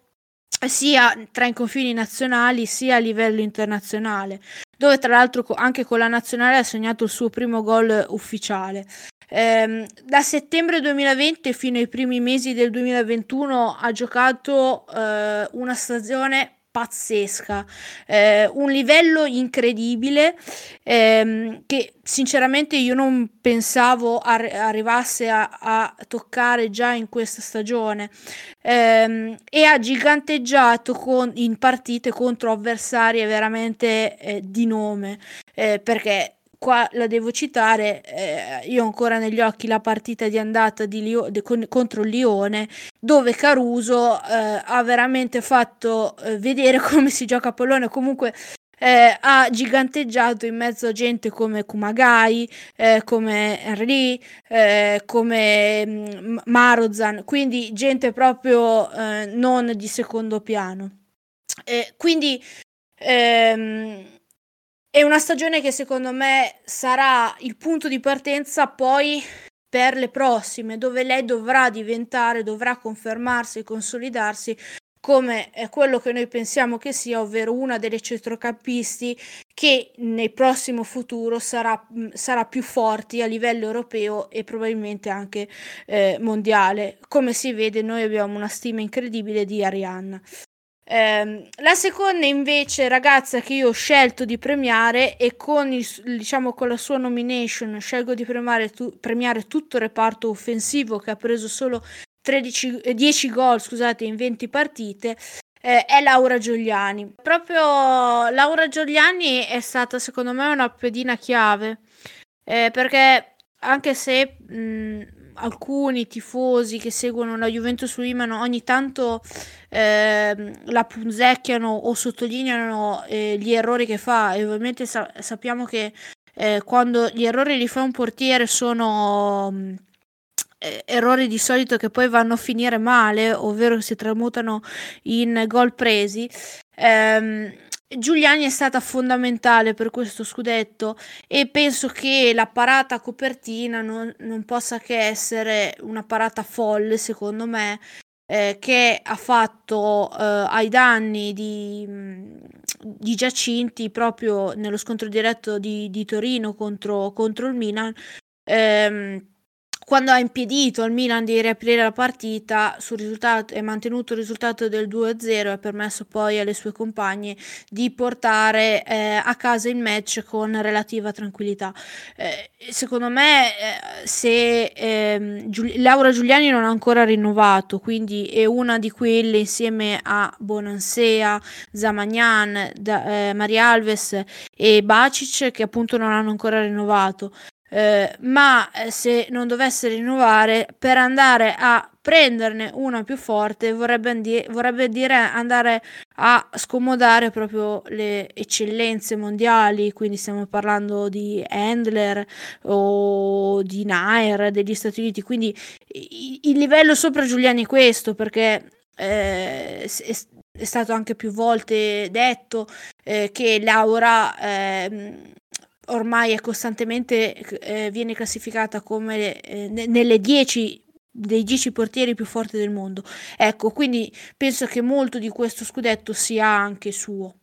sia tra i confini nazionali sia a livello internazionale, dove tra l'altro anche con la nazionale ha segnato il suo primo gol ufficiale. Eh, da settembre duemilaventi fino ai primi mesi del duemilaventuno ha giocato eh, una stagione pazzesca, eh, un livello incredibile, ehm, che sinceramente io non pensavo ar- arrivasse a, a toccare già in questa stagione, ehm, e ha giganteggiato con, in partite contro avversarie veramente eh, di nome, eh, perché qua la devo citare, eh, io ho ancora negli occhi la partita di andata di Lio- de, con, contro il Lione, dove Caruso eh, ha veramente fatto eh, vedere come si gioca a pallone. Comunque eh, ha giganteggiato in mezzo a gente come Kumagai, eh, come Henry, eh, come mm, Marozan, quindi gente proprio eh, non di secondo piano. Eh, quindi ehm, è una stagione che secondo me sarà il punto di partenza poi per le prossime, dove lei dovrà diventare, dovrà confermarsi e consolidarsi come eh, quello che noi pensiamo che sia, ovvero una delle centrocampisti che nel prossimo futuro sarà, mh, sarà più forti a livello europeo e probabilmente anche eh, mondiale. Come si vede, noi abbiamo una stima incredibile di Arianna. Eh, la seconda invece ragazza che io ho scelto di premiare, e con il, diciamo con la sua nomination scelgo di premiare, tu, premiare tutto il reparto offensivo, che ha preso solo tredici, eh, dieci gol scusate in venti partite, eh, è Laura Giuliani. Proprio Laura Giuliani è stata secondo me una pedina chiave, eh, perché anche se mh, alcuni tifosi che seguono la Juventus Women ogni tanto eh, la punzecchiano o sottolineano eh, gli errori che fa, e ovviamente sa- sappiamo che eh, quando gli errori li fa un portiere sono mh, eh, errori di solito che poi vanno a finire male, ovvero si tramutano in gol presi. ehm, Giuliani è stata fondamentale per questo scudetto, e penso che la parata a copertina non, non possa che essere una parata folle, secondo me, eh, che ha fatto eh, ai danni di, di Giacinti proprio nello scontro diretto di, di Torino contro, contro il Milan, ehm, quando ha impedito al Milan di riaprire la partita sul risultato e mantenuto il risultato del due a zero, ha permesso poi alle sue compagne di portare eh, a casa il match con relativa tranquillità. Eh, secondo me eh, se ehm, Giul- Laura Giuliani non ha ancora rinnovato, quindi è una di quelle insieme a Bonansea, Zamagnan, da, eh, Maria Alves e Bacic che appunto non hanno ancora rinnovato. Eh, ma eh, se non dovesse rinnovare, per andare a prenderne una più forte vorrebbe, andi- vorrebbe dire andare a scomodare proprio le eccellenze mondiali, quindi stiamo parlando di Handler o di Nair degli Stati Uniti, quindi i- il livello sopra Giuliani è questo, perché eh, è, è stato anche più volte detto eh, che Laura ehm, ormai è costantemente eh, viene classificata come eh, ne- nelle dieci dei dieci portieri più forti del mondo. Ecco, quindi penso che molto di questo scudetto sia anche suo.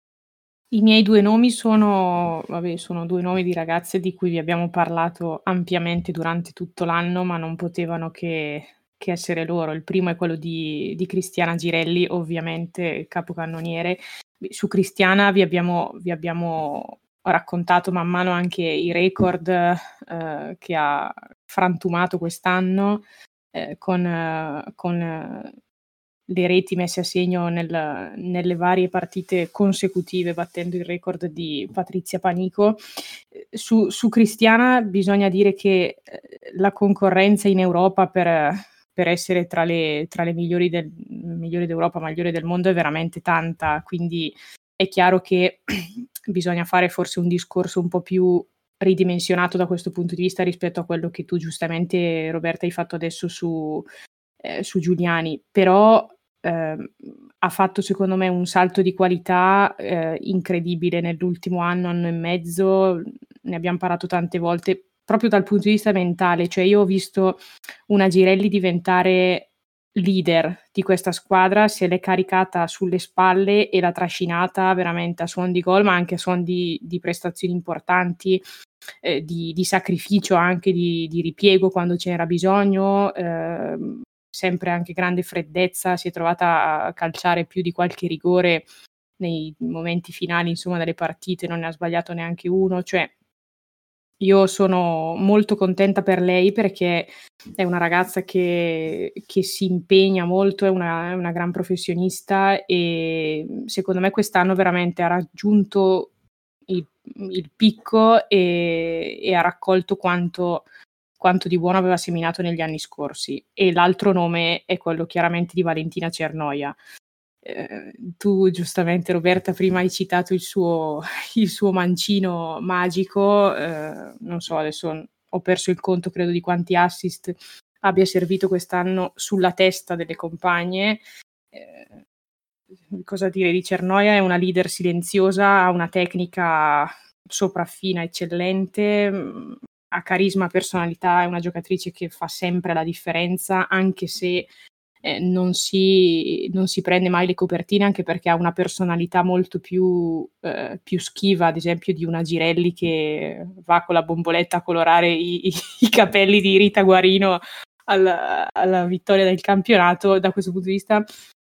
I miei due nomi sono, vabbè, sono due nomi di ragazze di cui vi abbiamo parlato ampiamente durante tutto l'anno, ma non potevano che, che essere loro. Il primo è quello di, di Cristiana Girelli, ovviamente capocannoniere. Su Cristiana vi abbiamo, vi abbiamo raccontato man mano anche i record eh, che ha frantumato quest'anno eh, con, eh, con eh, le reti messe a segno nel, nelle varie partite consecutive, battendo il record di Patrizia Panico. Su, su Cristiana bisogna dire che la concorrenza in Europa per, per essere tra le, tra le migliori, del, migliori d'Europa, migliori del mondo è veramente tanta, quindi è chiaro che bisogna fare forse un discorso un po' più ridimensionato da questo punto di vista rispetto a quello che tu giustamente, Roberta, hai fatto adesso su, eh, su Giuliani, però eh, ha fatto secondo me un salto di qualità eh, incredibile nell'ultimo anno, anno e mezzo, ne abbiamo parlato tante volte, proprio dal punto di vista mentale, cioè io ho visto una Girelli diventare leader di questa squadra, se l'è caricata sulle spalle e l'ha trascinata veramente a suon di gol, ma anche a suon di, di prestazioni importanti, eh, di, di sacrificio, anche di, di ripiego quando ce n'era bisogno, eh, sempre anche grande freddezza, si è trovata a calciare più di qualche rigore nei momenti finali, insomma, delle partite, non ne ha sbagliato neanche uno, cioè io sono molto contenta per lei perché è una ragazza che, che si impegna molto, è una, è una gran professionista e secondo me quest'anno veramente ha raggiunto il, il picco e, e ha raccolto quanto, quanto di buono aveva seminato negli anni scorsi. E l'altro nome è quello chiaramente di Valentina Cernoia. Eh, tu giustamente, Roberta, prima hai citato il suo, il suo mancino magico, eh, non so, adesso ho perso il conto, credo, di quanti assist abbia servito quest'anno sulla testa delle compagne. Eh, cosa dire di Cernoia? È una leader silenziosa, ha una tecnica sopraffina, eccellente, ha carisma, personalità, è una giocatrice che fa sempre la differenza, anche se Eh, non, si, non si prende mai le copertine, anche perché ha una personalità molto più, eh, più schiva, ad esempio di una Girelli che va con la bomboletta a colorare i, i, i capelli di Rita Guarino alla, alla vittoria del campionato. Da questo punto di vista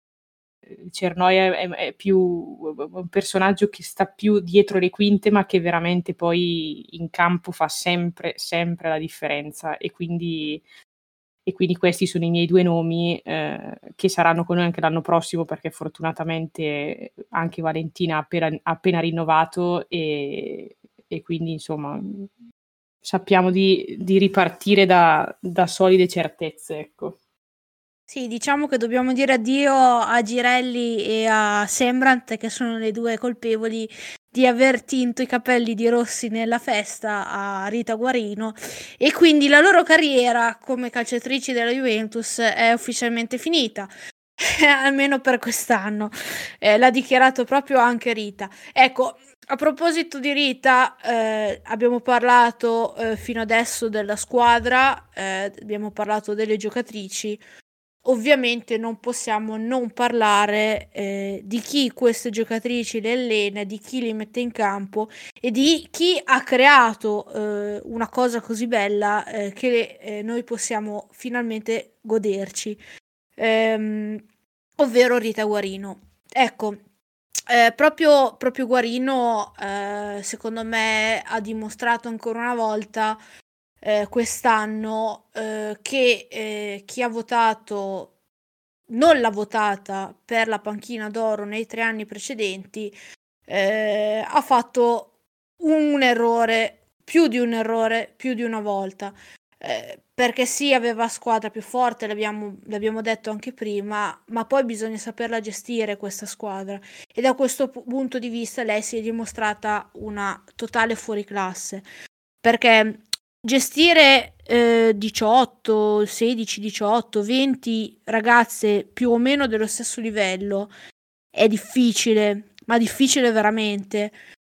Cernoia è, è più un personaggio che sta più dietro le quinte, ma che veramente poi in campo fa sempre, sempre la differenza, e quindi E quindi questi sono i miei due nomi eh, che saranno con noi anche l'anno prossimo, perché fortunatamente anche Valentina ha appena, ha appena rinnovato e, e quindi insomma sappiamo di, di ripartire da, da solide certezze, ecco. Sì, diciamo che dobbiamo dire addio a Girelli e a Sembrant, che sono le due colpevoli di aver tinto i capelli di rossi nella festa a Rita Guarino, e quindi la loro carriera come calciatrici della Juventus è ufficialmente finita, almeno per quest'anno. Eh, l'ha dichiarato proprio anche Rita. Ecco, a proposito di Rita, eh, abbiamo parlato eh, fino adesso della squadra, eh, abbiamo parlato delle giocatrici. ovviamente non possiamo non parlare eh, di chi queste giocatrici le allena, di chi li mette in campo e di chi ha creato eh, una cosa così bella eh, che eh, noi possiamo finalmente goderci, ehm, ovvero Rita Guarino. Ecco, eh, proprio, proprio Guarino eh, secondo me ha dimostrato ancora una volta eh, quest'anno eh, che eh, chi ha votato non l'ha votata per la panchina d'oro nei tre anni precedenti eh, ha fatto un errore, più di un errore, più di una volta. Eh, perché sì, aveva squadra più forte, l'abbiamo, l'abbiamo detto anche prima, ma poi bisogna saperla gestire questa squadra e da questo pu- punto di vista lei si è dimostrata una totale fuoriclasse, perché gestire eh, diciotto, sedici, diciotto, venti ragazze più o meno dello stesso livello è difficile, ma difficile veramente.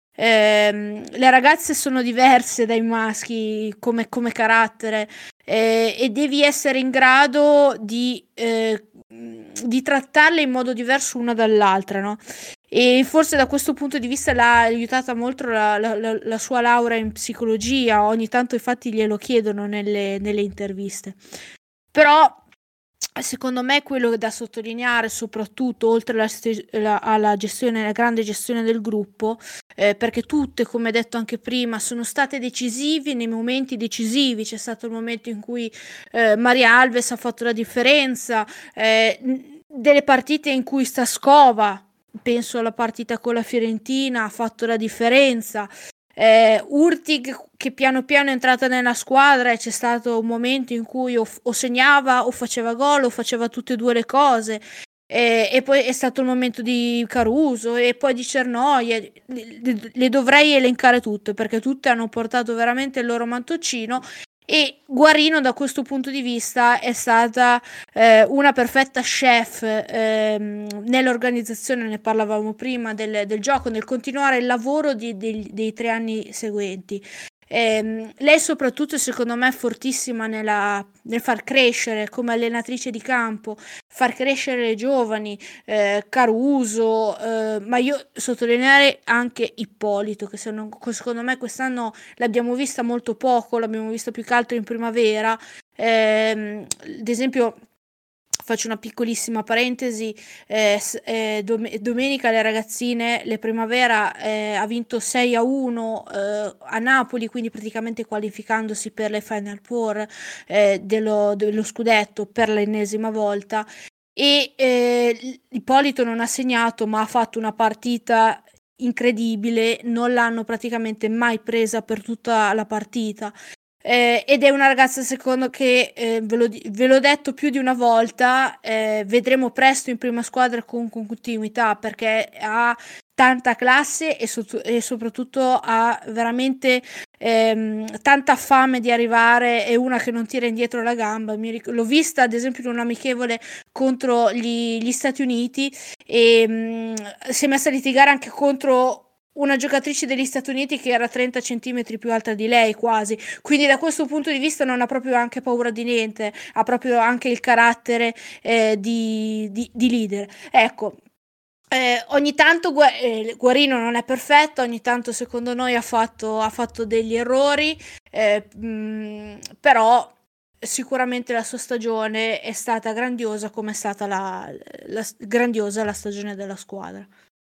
Ehm, le ragazze sono diverse dai maschi come, come carattere eh, e devi essere in grado di, eh, di trattarle in modo diverso una dall'altra, no? E forse da questo punto di vista l'ha aiutata molto la, la, la, la sua laurea in psicologia, ogni tanto infatti glielo chiedono nelle, nelle interviste. Però secondo me quello da sottolineare soprattutto oltre alla, st- la, alla gestione, la grande gestione del gruppo, eh, perché tutte, come detto anche prima, sono state decisivi nei momenti decisivi. C'è stato il momento in cui eh, Maria Alves ha fatto la differenza, eh, delle partite in cui Staskova, penso alla partita con la Fiorentina, ha fatto la differenza. Eh, Hurtig che piano piano è entrata nella squadra e c'è stato un momento in cui o, o segnava o faceva gol o faceva tutte e due le cose, eh, e poi è stato il momento di Caruso e poi di Cernoia. le, le, le dovrei elencare tutte perché tutte hanno portato veramente il loro mantoncino e Guarino da questo punto di vista è stata eh, una perfetta chef ehm, nell'organizzazione, ne parlavamo prima, del, del gioco, nel continuare il lavoro di, dei, dei tre anni seguenti. Eh, lei soprattutto secondo me è fortissima nella, nel far crescere come allenatrice di campo, far crescere le giovani, eh, Caruso, eh, ma io sottolineare anche Ippolito che se non, secondo me quest'anno l'abbiamo vista molto poco, l'abbiamo vista più che altro in primavera. Eh, ad esempio faccio una piccolissima parentesi, eh, eh, dom- domenica le ragazzine, le Primavera eh, ha vinto sei a uno eh, a Napoli, quindi praticamente qualificandosi per le Final Four eh, dello, dello scudetto per l'ennesima volta e eh, Ippolito non ha segnato ma ha fatto una partita incredibile, non l'hanno praticamente mai presa per tutta la partita. Eh, ed è una ragazza secondo che eh, ve, lo, ve l'ho detto più di una volta, eh, vedremo presto in prima squadra con, con continuità perché ha tanta classe e, so, e soprattutto ha veramente ehm, tanta fame di arrivare, è una che non tira indietro la gamba. Mi ric- l'ho vista ad esempio in un amichevole contro gli, gli Stati Uniti e mh, si è messa a litigare anche contro una giocatrice degli Stati Uniti che era trenta centimetri più alta di lei quasi, quindi da questo punto di vista non ha proprio anche paura di niente, ha proprio anche il carattere eh, di, di, di leader. Ecco, eh, ogni tanto Gu- eh, Guarino non è perfetto, ogni tanto secondo noi ha fatto, ha fatto degli errori, eh, mh, però sicuramente la sua stagione è stata grandiosa come è stata la, la, grandiosa la stagione della squadra.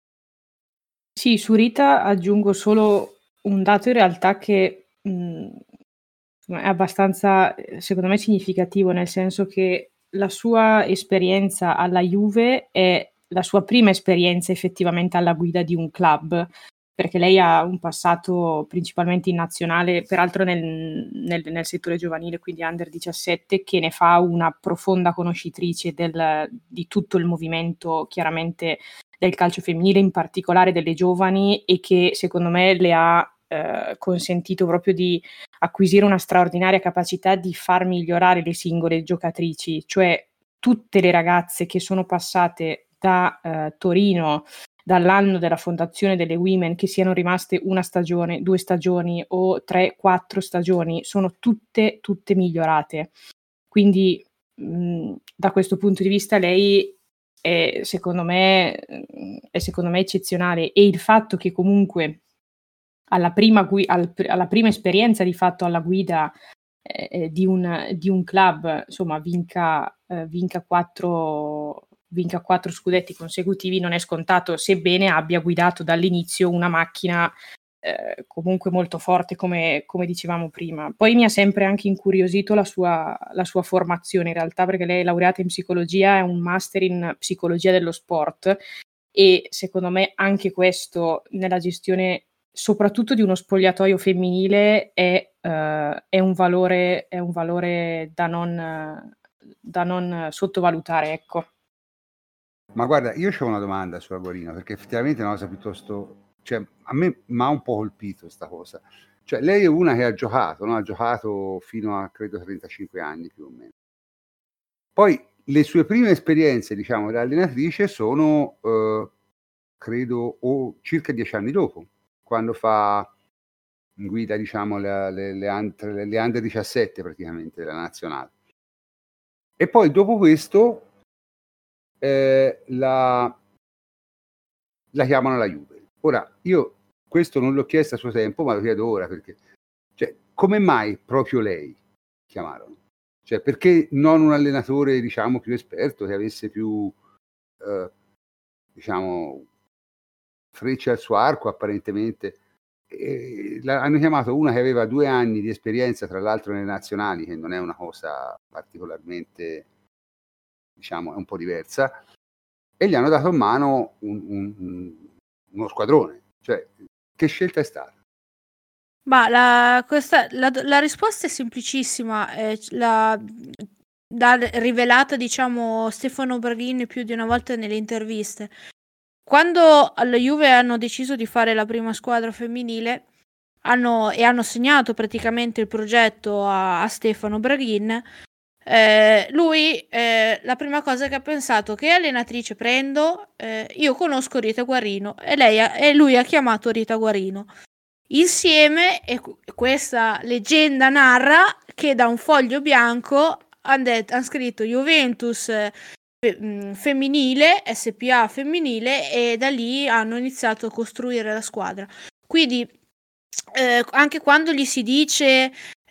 Sì, su Rita aggiungo solo un dato in realtà che mh, è abbastanza, secondo me, significativo, nel senso che la sua esperienza alla Juve è la sua prima esperienza effettivamente alla guida di un club, perché lei ha un passato principalmente in nazionale, peraltro nel, nel, nel settore giovanile, quindi under diciassette, che ne fa una profonda conoscitrice del, di tutto il movimento, chiaramente del calcio femminile, in particolare delle giovani, e che secondo me le ha eh, consentito proprio di acquisire una straordinaria capacità di far migliorare le singole giocatrici, cioè tutte le ragazze che sono passate da eh, Torino dall'anno della fondazione delle Women, che siano rimaste una stagione, due stagioni o tre, quattro stagioni, sono tutte tutte migliorate. Quindi mh, da questo punto di vista lei è secondo me è secondo me eccezionale, e il fatto che comunque alla prima, gui- al- alla prima esperienza di fatto alla guida eh, di, un, di un club, insomma, vinca, eh, vinca, quattro, vinca quattro scudetti consecutivi non è scontato, sebbene abbia guidato dall'inizio una macchina eh, comunque molto forte, come, come dicevamo prima. Poi mi ha sempre anche incuriosito la sua, la sua formazione, in realtà, perché lei è laureata in psicologia, è un master in psicologia dello sport, e secondo me anche questo nella gestione soprattutto di uno spogliatoio femminile è, uh, è un valore è un valore da non, da non sottovalutare, ecco. Ma guarda, io ho una domanda sulla Guarino, perché effettivamente è una cosa piuttosto, cioè a me mi ha un po' colpito sta cosa. Cioè lei è una che ha giocato, no? Ha giocato fino a credo trentacinque anni più o meno. Poi le sue prime esperienze, diciamo, da allenatrice sono eh, credo o circa dieci anni dopo, quando fa guida, diciamo, le, le, le, under, le under diciassette praticamente della nazionale. E poi dopo questo eh, la, la chiamano alla Juve. Ora, io questo non l'ho chiesto a suo tempo, ma lo chiedo ora, perché cioè, come mai proprio lei chiamarono? Cioè, perché non un allenatore, diciamo, più esperto, che avesse più, eh, diciamo, frecce al suo arco, apparentemente? E la, hanno chiamato una che aveva due anni di esperienza, tra l'altro nelle nazionali, che non è una cosa particolarmente, diciamo, è un po' diversa, e gli hanno dato in mano un, un, uno squadrone. Cioè, che scelta è stata? Ma la, questa, la, la risposta è semplicissima, eh, la, l'ha rivelata, diciamo, Stefano Braghin più di una volta nelle interviste. Quando alla Juve hanno deciso di fare la prima squadra femminile hanno, e hanno segnato praticamente il progetto a, a Stefano Braghin, eh, lui eh, la prima cosa che ha pensato: che allenatrice prendo? Eh, io conosco Rita Guarino, e, lei ha, e lui ha chiamato Rita Guarino. Insieme, e questa leggenda narra che da un foglio bianco hanno han scritto Juventus femminile, S P A femminile, e da lì hanno iniziato a costruire la squadra. Quindi eh, anche quando gli si dice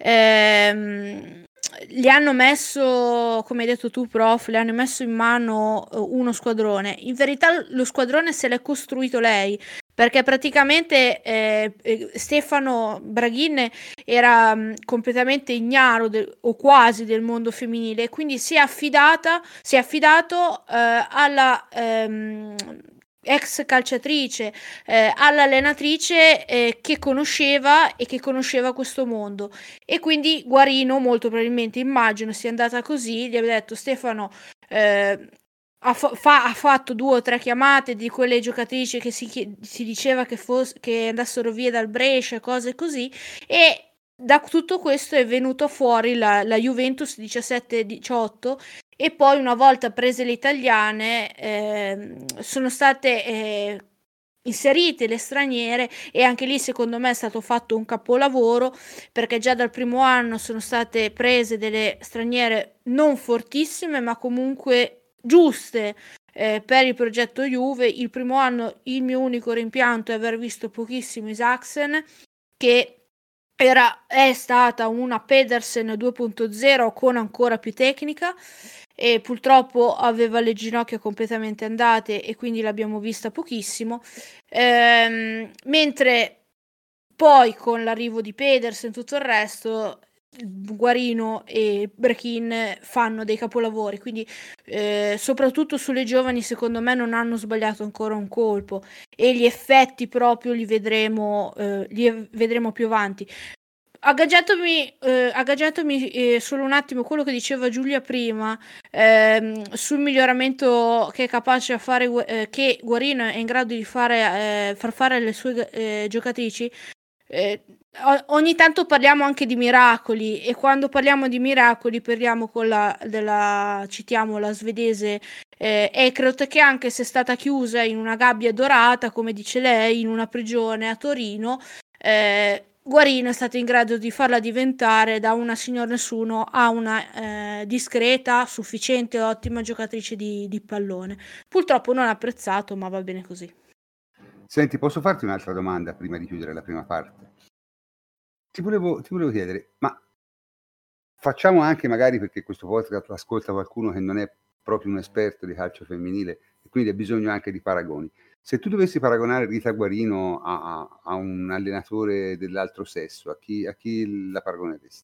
ehm, gli hanno messo, come hai detto tu prof, le hanno messo in mano uno squadrone, in verità lo squadrone se l'è costruito lei, perché praticamente eh, Stefano Braghin era mh, completamente ignaro del, o quasi del mondo femminile, quindi si è affidata si è affidato eh, alla ehm, ex calciatrice, eh, all'allenatrice eh, che conosceva e che conosceva questo mondo, e quindi Guarino molto probabilmente, immagino sia andata così, gli aveva detto: Stefano, eh, Ha, fa, ha fatto due o tre chiamate di quelle giocatrici che si, si diceva che, fosse, che andassero via dal Brescia, cose così, e da tutto questo è venuto fuori la, la Juventus diciassette diciotto, e poi una volta prese le italiane eh, sono state eh, inserite le straniere, e anche lì secondo me è stato fatto un capolavoro, perché già dal primo anno sono state prese delle straniere non fortissime ma comunque giuste eh, per il progetto Juve. Il primo anno il mio unico rimpianto è aver visto pochissimo Isaksen, che era, è stata una Pedersen due punto zero con ancora più tecnica, e purtroppo aveva le ginocchia completamente andate e quindi l'abbiamo vista pochissimo, ehm, mentre poi con l'arrivo di Pedersen e tutto il resto Guarino e Braghin fanno dei capolavori, quindi eh, soprattutto sulle giovani secondo me non hanno sbagliato ancora un colpo, e gli effetti proprio li vedremo eh, li vedremo più avanti. Aggagiatomi, eh, aggagiatomi eh, solo un attimo quello che diceva Giulia prima ehm, sul miglioramento che è capace a fare, eh, che Guarino è in grado di fare, eh, far fare alle sue eh, giocatrici. Eh, ogni tanto parliamo anche di miracoli, e quando parliamo di miracoli parliamo con la, della, citiamo la svedese eh, Ekrot, che anche se è stata chiusa in una gabbia dorata, come dice lei, in una prigione a Torino, eh, Guarino è stato in grado di farla diventare da una signor nessuno a una eh, discreta, sufficiente, ottima giocatrice di, di pallone. Purtroppo non apprezzato, ma va bene così. Senti, posso farti un'altra domanda prima di chiudere la prima parte? Ti volevo, ti volevo chiedere, ma facciamo anche magari, perché questo podcast lo ascolta qualcuno che non è proprio un esperto di calcio femminile e quindi ha bisogno anche di paragoni. Se tu dovessi paragonare Rita Guarino a, a, a un allenatore dell'altro sesso, a chi, a chi la paragoneresti?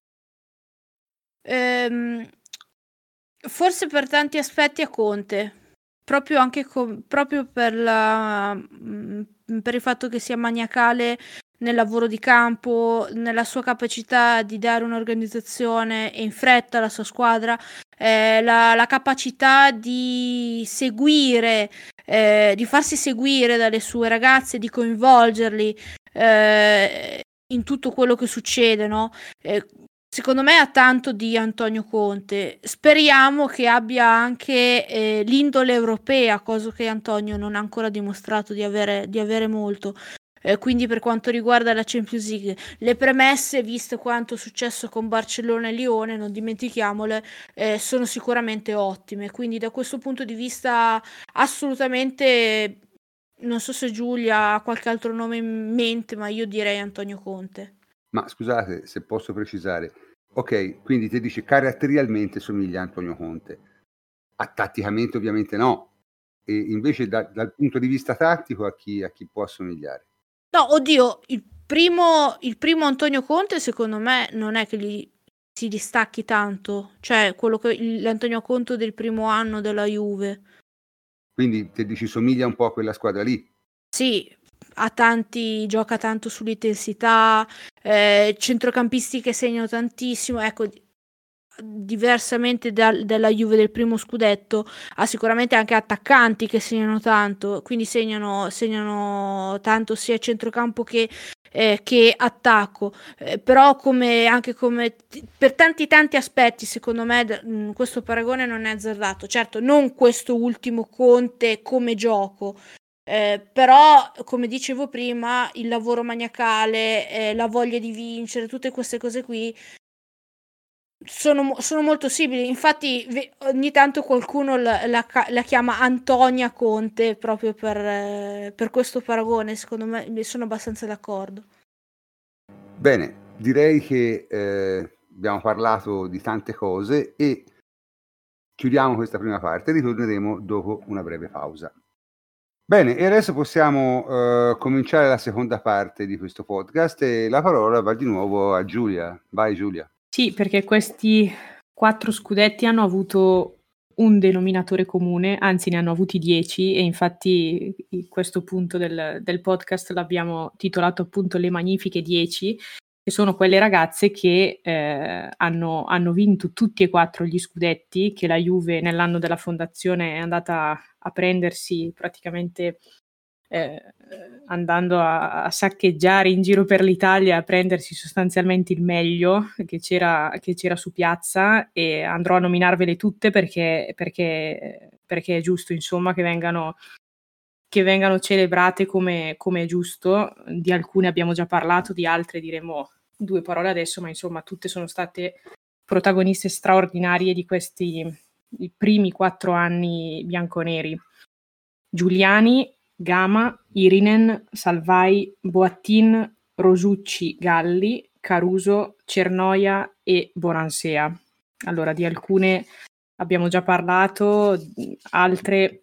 Ehm, forse per tanti aspetti a Conte, proprio anche com- proprio per, la, mh, per il fatto che sia maniacale nel lavoro di campo, nella sua capacità di dare un'organizzazione e in fretta alla sua squadra, eh, la, la capacità di seguire, eh, di farsi seguire dalle sue ragazze, di coinvolgerli eh, in tutto quello che succede, no? Eh, secondo me ha tanto di Antonio Conte. Speriamo che abbia anche eh, l'indole europea, cosa che Antonio non ha ancora dimostrato di avere, di avere molto. Eh, quindi per quanto riguarda la Champions League, le premesse, visto quanto è successo con Barcellona e Lione, non dimentichiamole, eh, sono sicuramente ottime. Quindi da questo punto di vista assolutamente, non so se Giulia ha qualche altro nome in mente, ma io direi Antonio Conte. Ma scusate, se posso precisare, ok, quindi ti dice caratterialmente somiglia a Antonio Conte, a tatticamente ovviamente no, e invece da, dal punto di vista tattico a chi, a chi può assomigliare? No, oddio, il primo, il primo Antonio Conte secondo me non è che gli si distacchi tanto, cioè quello che l'Antonio Conte del primo anno della Juve. Quindi ti dici somiglia un po' a quella squadra lì? Sì, ha tanti, gioca tanto sull'intensità, eh, centrocampisti che segnano tantissimo, ecco, diversamente dal, dalla Juve del primo scudetto, ha sicuramente anche attaccanti che segnano tanto, quindi segnano, segnano tanto sia centrocampo che, eh, che attacco, eh, però come, anche come per tanti tanti aspetti secondo me mh, questo paragone non è azzardato. Certo, non questo ultimo Conte come gioco, eh, però come dicevo prima il lavoro maniacale, eh, la voglia di vincere, tutte queste cose qui sono, sono molto simili. Infatti ve- ogni tanto qualcuno la, la ca- la chiama Antonia Conte proprio per, eh, per questo paragone. Secondo me mi sono abbastanza d'accordo. Bene, direi che eh, abbiamo parlato di tante cose e chiudiamo questa prima parte, ritorneremo dopo una breve pausa. Bene, e adesso possiamo eh, cominciare la seconda parte di questo podcast e la parola va di nuovo a Giulia. Vai Giulia. Sì, perché questi quattro scudetti hanno avuto un denominatore comune, anzi ne hanno avuti dieci, e infatti questo punto del, del podcast l'abbiamo titolato appunto Le Magnifiche dieci, che sono quelle ragazze che eh, hanno, hanno vinto tutti e quattro gli scudetti che la Juve nell'anno della fondazione è andata a prendersi praticamente eh, andando a, a saccheggiare in giro per l'Italia, a prendersi sostanzialmente il meglio che c'era, che c'era su piazza, e andrò a nominarvele tutte perché, perché, perché è giusto insomma che vengano, che vengano celebrate come, come è giusto. Di alcune abbiamo già parlato, di altre diremo due parole adesso, ma insomma tutte sono state protagoniste straordinarie di questi i primi quattro anni bianconeri. Giuliani, Gama, Irinen, Salvai, Boattin, Rosucci, Galli, Caruso, Cernoia e Bonansea. Allora, di alcune abbiamo già parlato, altre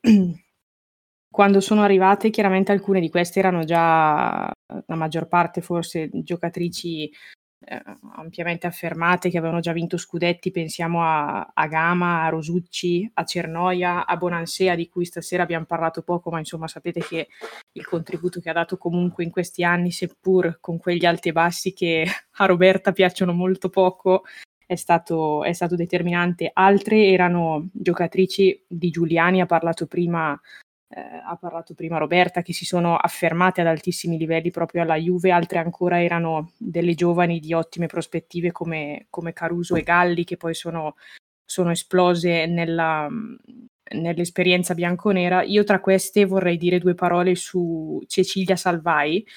quando sono arrivate, chiaramente alcune di queste erano già, la maggior parte forse, giocatrici eh, ampiamente affermate che avevano già vinto scudetti. Pensiamo a, a Gama, a Rosucci, a Cernoia, a Bonansea, di cui stasera abbiamo parlato poco, ma insomma sapete che il contributo che ha dato comunque in questi anni, seppur con quegli alti e bassi che a Roberta piacciono molto poco, è stato, è stato determinante. Altre erano giocatrici di Giuliani, ha parlato prima Eh, ha parlato prima Roberta, che si sono affermate ad altissimi livelli proprio alla Juve. Altre ancora erano delle giovani di ottime prospettive come, come Caruso e Galli, che poi sono, sono esplose nella, nell'esperienza bianconera. Io tra queste vorrei dire due parole su Cecilia Salvai,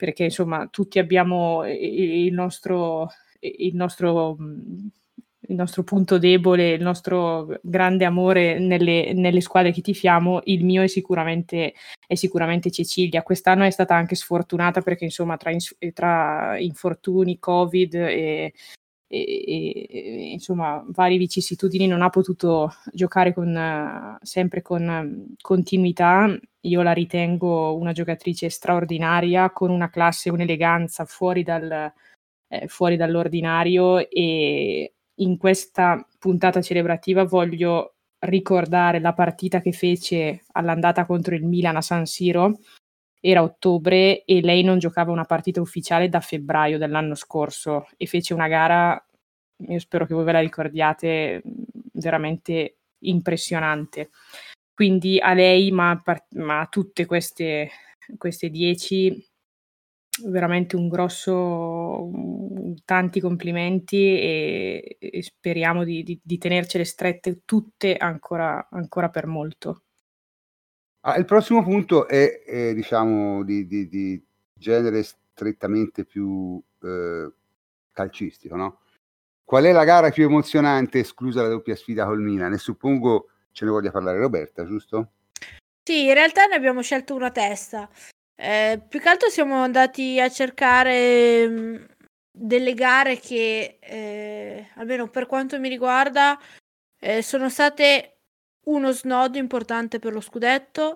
perché insomma tutti abbiamo il nostro, il nostro, il nostro punto debole, il nostro grande amore nelle, nelle squadre che tifiamo. Il mio è sicuramente, è sicuramente Cecilia. Quest'anno è stata anche sfortunata perché insomma tra, tra infortuni, Covid e, e, e insomma varie vicissitudini non ha potuto giocare con, uh, sempre con um, continuità. Io la ritengo una giocatrice straordinaria, con una classe e un'eleganza fuori, dal, eh, fuori dall'ordinario, e in questa puntata celebrativa voglio ricordare la partita che fece all'andata contro il Milan a San Siro. Era ottobre e lei non giocava una partita ufficiale da febbraio dell'anno scorso e fece una gara, io spero che voi ve la ricordiate, veramente impressionante. Quindi a lei, ma, ma a tutte queste, queste dieci, veramente un grosso, tanti complimenti, e, e speriamo di, di, di tenercele strette tutte ancora, ancora per molto. Ah, il prossimo punto è, è diciamo di, di, di genere strettamente più eh, calcistico, no? Qual è la gara più emozionante, esclusa la doppia sfida col Milan? E suppongo ce ne voglia parlare Roberta, giusto? Sì, in realtà ne abbiamo scelto una testa. Eh, più che altro siamo andati a cercare mh, delle gare che, eh, almeno per quanto mi riguarda, eh, sono state uno snodo importante per lo scudetto.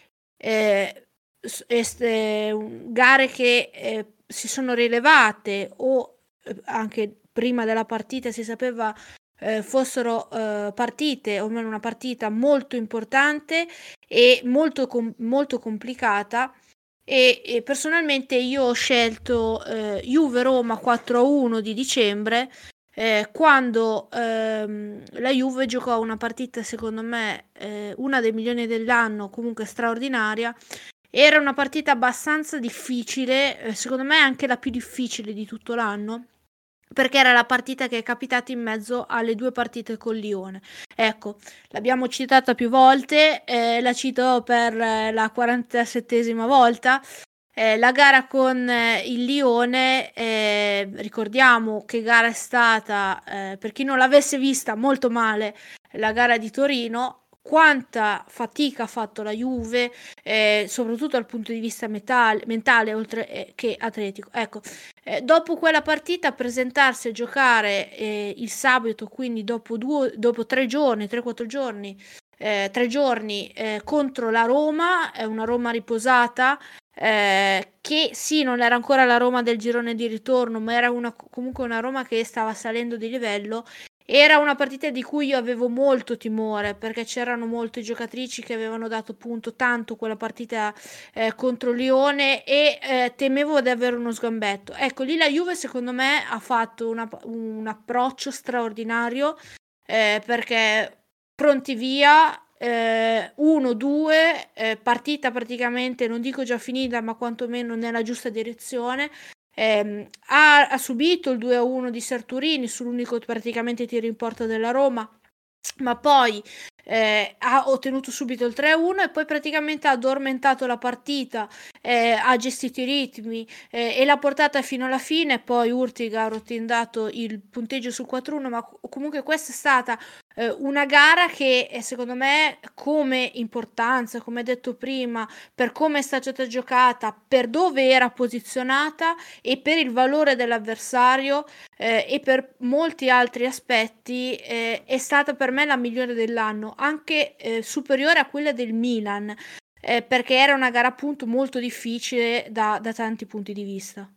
Eh, este, gare che eh, si sono rilevate o eh, anche prima della partita si sapeva eh, fossero eh, partite, o almeno una partita molto importante e molto, com- molto complicata. E, e personalmente io ho scelto eh, Juve-Roma quattro a uno di dicembre, eh, quando ehm, la Juve giocò una partita, secondo me, eh, una dei milioni dell'anno, comunque straordinaria. Era una partita abbastanza difficile, eh, secondo me anche la più difficile di tutto l'anno, perché era la partita che è capitata in mezzo alle due partite con Lione. Ecco, l'abbiamo citata più volte, eh, la cito per eh, la quarantasettesima volta. Eh, la gara con eh, il Lione, eh, ricordiamo che gara è stata, eh, per chi non l'avesse vista, molto male, la gara di Torino. Quanta fatica ha fatto la Juve, eh, soprattutto dal punto di vista metale, mentale oltre eh, che atletico. Ecco, eh, dopo quella partita presentarsi a giocare eh, il sabato, quindi dopo, due, dopo tre giorni, tre quattro giorni, eh, tre giorni eh, contro la Roma, è una Roma riposata, eh, che sì, non era ancora la Roma del girone di ritorno, ma era una, comunque una Roma che stava salendo di livello. Era una partita di cui io avevo molto timore, perché c'erano molte giocatrici che avevano dato punto tanto quella partita eh, contro Lione, e eh, temevo di avere uno sgambetto. Ecco, lì la Juve secondo me ha fatto una, un approccio straordinario, eh, perché pronti via, eh, uno due, eh, partita praticamente, non dico già finita, ma quantomeno nella giusta direzione. Eh, ha, ha subito il due a uno di Sarturini sull'unico praticamente tiro in porta della Roma, ma poi eh, ha ottenuto subito il tre a uno e poi praticamente ha addormentato la partita, eh, ha gestito i ritmi eh, e l'ha portata fino alla fine. Poi Urtiga ha rotindato il punteggio sul quattro a uno, ma comunque questa è stata eh, una gara che eh, secondo me, come importanza, come detto prima, per come è stata giocata, per dove era posizionata e per il valore dell'avversario, eh, e per molti altri aspetti, eh, è stata per me la migliore dell'anno, anche eh, superiore a quella del Milan, eh, perché era una gara appunto molto difficile da, da tanti punti di vista.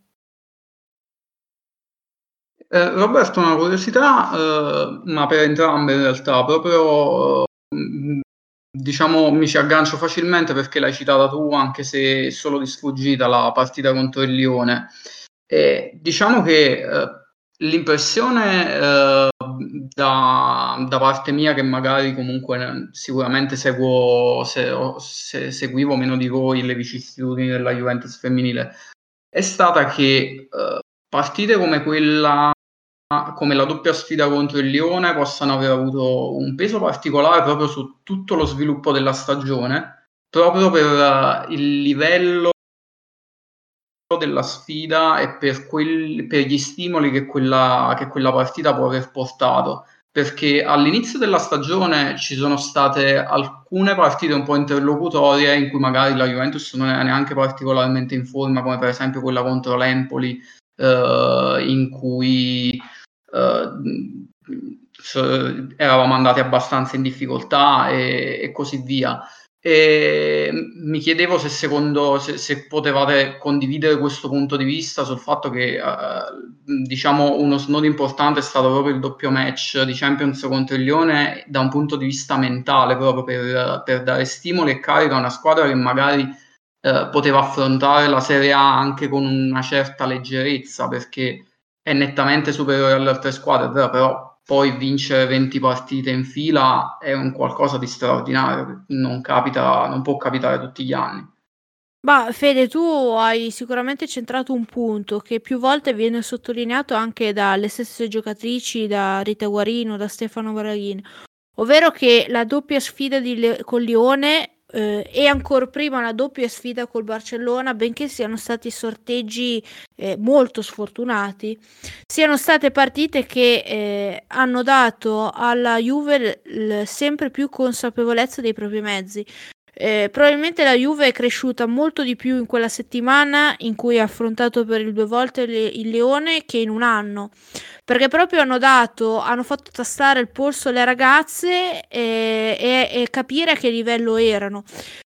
Eh, Roberto, una curiosità, eh, ma per entrambe in realtà, proprio eh, diciamo mi ci aggancio facilmente perché l'hai citata tu, anche se solo di sfuggita, la partita contro il Lione. E diciamo che eh, l'impressione eh, da, da parte mia, che magari comunque sicuramente seguo, se, se, seguivo meno di voi le vicissitudini della Juventus femminile, è stata che eh, partite come quella, come la doppia sfida contro il Lione, possano aver avuto un peso particolare proprio su tutto lo sviluppo della stagione, proprio per uh, il livello della sfida e per, quel, per gli stimoli che quella, che quella partita può aver portato, perché all'inizio della stagione ci sono state alcune partite un po' interlocutorie in cui magari la Juventus non era neanche particolarmente in forma, come per esempio quella contro l'Empoli, eh, in cui eh, eravamo andati abbastanza in difficoltà e, e così via. E mi chiedevo se secondo se, se potevate condividere questo punto di vista sul fatto che eh, diciamo uno snodo importante è stato proprio il doppio match di Champions contro il Lione da un punto di vista mentale, proprio per, per dare stimoli e carica a una squadra che magari eh, poteva affrontare la Serie A anche con una certa leggerezza, perché è nettamente superiore alle altre squadre, vero? Però poi vincere venti partite in fila è un qualcosa di straordinario, non capita, non può capitare tutti gli anni. Ma Fede, tu hai sicuramente centrato un punto che più volte viene sottolineato anche dalle stesse giocatrici, da Rita Guarino, da Stefano Baraghin, ovvero che la doppia sfida di Le- con Lione eh, e ancora prima la doppia sfida col Barcellona, benché siano stati sorteggi eh, molto sfortunati, siano state partite che eh, hanno dato alla Juve l- l- sempre più consapevolezza dei propri mezzi. Eh, probabilmente la Juve è cresciuta molto di più in quella settimana in cui ha affrontato per il due volte le- il Lione che in un anno, perché proprio hanno dato, hanno fatto tastare il polso alle ragazze e, e- e capire a che livello erano.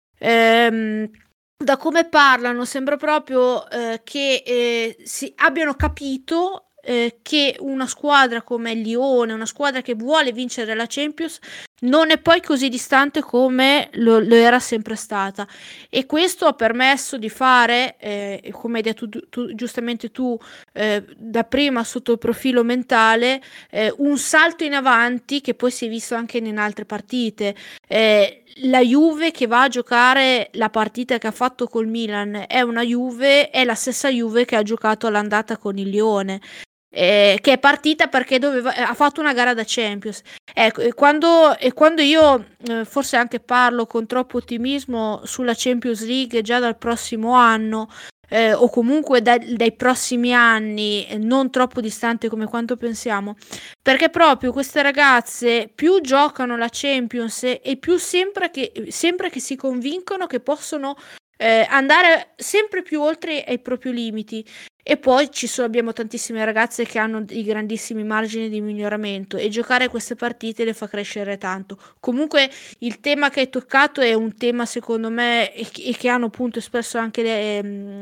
Ehm, da come parlano sembra proprio eh, che eh, si abbiano capito eh, che una squadra come il Lione, una squadra che vuole vincere la Champions, non è poi così distante come lo, lo era sempre stata, e questo ha permesso di fare, eh, come hai detto tu, tu, giustamente tu, eh, da prima sotto il profilo mentale, eh, un salto in avanti che poi si è visto anche in altre partite. Eh, la Juve che va a giocare la partita che ha fatto col Milan è una Juve, è la stessa Juve che ha giocato all'andata con il Lione. Eh, che è partita perché doveva, ha fatto una gara da Champions. Ecco, e quando, e quando io eh, forse anche parlo con troppo ottimismo sulla Champions League già dal prossimo anno, eh, o comunque da, dai prossimi anni, eh, non troppo distante come quanto pensiamo, perché proprio queste ragazze più giocano la Champions e, e più sembra che, sembra che si convincono che possono eh, andare sempre più oltre ai propri limiti. E poi ci sono, abbiamo tantissime ragazze che hanno dei grandissimi margini di miglioramento e giocare queste partite le fa crescere tanto. Comunque il tema che hai toccato è un tema secondo me e che, e che hanno appunto espresso anche le, mh,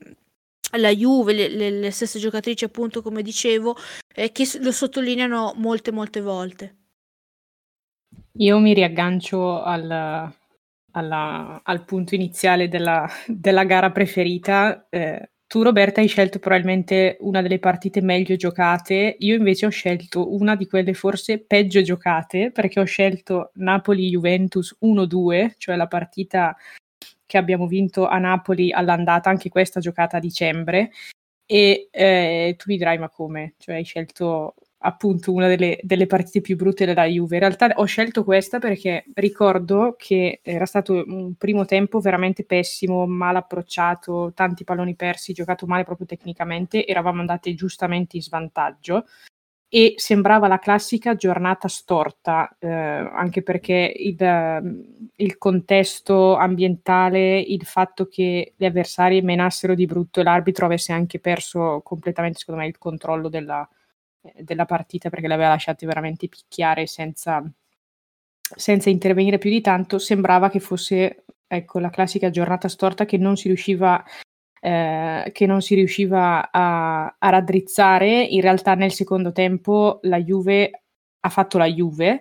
la Juve, le, le, le stesse giocatrici appunto come dicevo, eh, che lo sottolineano molte molte volte. Io mi riaggancio al, alla, al punto iniziale della, della gara preferita. Eh, tu Roberta hai scelto probabilmente una delle partite meglio giocate, io invece ho scelto una di quelle forse peggio giocate, perché ho scelto Napoli-Juventus uno due, cioè la partita che abbiamo vinto a Napoli all'andata, anche questa giocata a dicembre, e eh, tu mi dirai ma come? Cioè hai scelto appunto una delle, delle partite più brutte della Juve. In realtà ho scelto questa perché ricordo che era stato un primo tempo veramente pessimo, mal approcciato, tanti palloni persi, giocato male proprio tecnicamente, eravamo andati giustamente in svantaggio e sembrava la classica giornata storta, eh, anche perché il, il contesto ambientale, il fatto che gli avversari menassero di brutto e l'arbitro avesse anche perso completamente, secondo me, il controllo della, della partita, perché le aveva lasciate veramente picchiare senza, senza intervenire più di tanto, sembrava che fosse, ecco, la classica giornata storta che non si riusciva Eh, che non si riusciva a, a raddrizzare. In realtà nel secondo tempo la Juve ha fatto la Juve,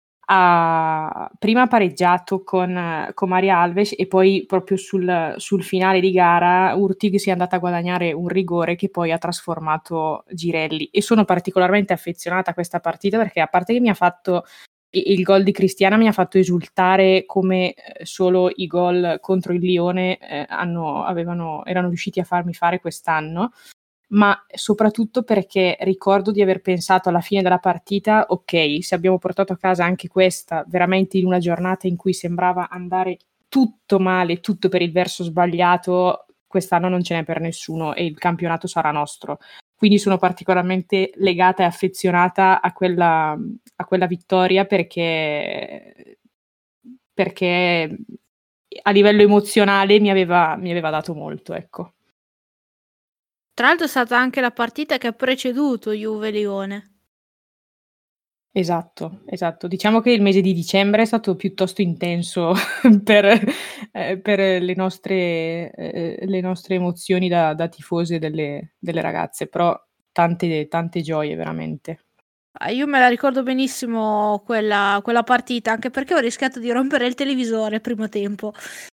ha prima pareggiato con, con Maria Alves e poi proprio sul, sul finale di gara Urtig si è andata a guadagnare un rigore che poi ha trasformato Girelli, e sono particolarmente affezionata a questa partita perché, a parte che mi ha fatto il gol di Cristiana, mi ha fatto esultare come solo i gol contro il Lione eh, hanno, avevano, erano riusciti a farmi fare quest'anno, ma soprattutto perché ricordo di aver pensato alla fine della partita: ok, se abbiamo portato a casa anche questa veramente in una giornata in cui sembrava andare tutto male, tutto per il verso sbagliato, quest'anno non ce n'è per nessuno e il campionato sarà nostro. Quindi sono particolarmente legata e affezionata a quella, a quella vittoria perché, perché a livello emozionale mi aveva, mi aveva dato molto, ecco. Tra l'altro è stata anche la partita che ha preceduto Juve-Lione. Esatto, esatto. Diciamo che il mese di dicembre è stato piuttosto intenso per, eh, per le nostre, eh, le nostre emozioni da, da tifose delle, delle ragazze, però tante, tante gioie veramente. Ah, io me la ricordo benissimo quella, quella partita, anche perché ho rischiato di rompere il televisore il primo tempo.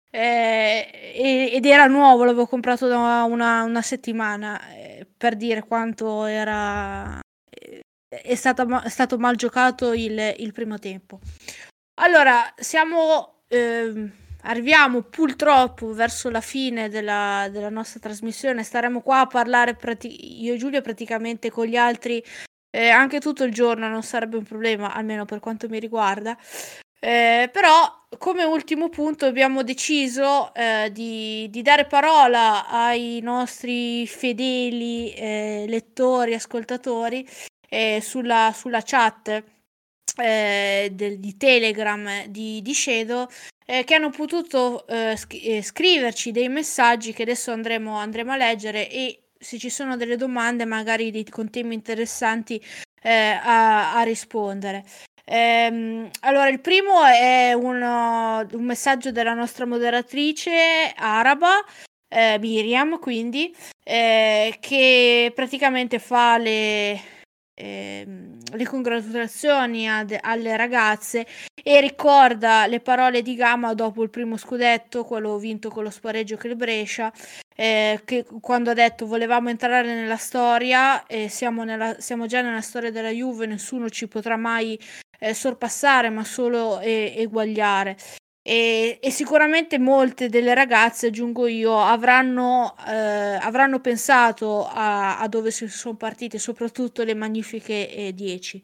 Eh, ed era nuovo, l'avevo comprato da una, una settimana, eh, per dire quanto era... Eh, è, stata, è stato mal giocato il, il primo tempo. Allora, siamo... Eh, arriviamo purtroppo verso la fine della, della nostra trasmissione. Staremo qua a parlare, prati- io e Giulio, praticamente con gli altri eh, anche tutto il giorno, non sarebbe un problema, almeno per quanto mi riguarda. Eh, però come ultimo punto abbiamo deciso eh, di, di dare parola ai nostri fedeli eh, lettori, ascoltatori eh, sulla, sulla chat eh, del, di Telegram di, di Shadow, eh, che hanno potuto eh, sc- scriverci dei messaggi che adesso andremo, andremo a leggere, e se ci sono delle domande magari di, con temi interessanti eh, a, a rispondere. Ehm, allora, il primo è uno, un messaggio della nostra moderatrice araba, eh, Miriam, quindi, eh, che praticamente fa le, eh, le congratulazioni ad, alle ragazze e ricorda le parole di Gama dopo il primo scudetto, quello vinto con lo spareggio che il Brescia, eh, che quando ha detto volevamo entrare nella storia, e eh, siamo, nella, siamo già nella storia della Juve, nessuno ci potrà mai eh, sorpassare, ma solo eh, eguagliare. E, e sicuramente molte delle ragazze, aggiungo io, avranno, eh, avranno pensato a, a dove si sono partite, soprattutto le magnifiche eh, dieci.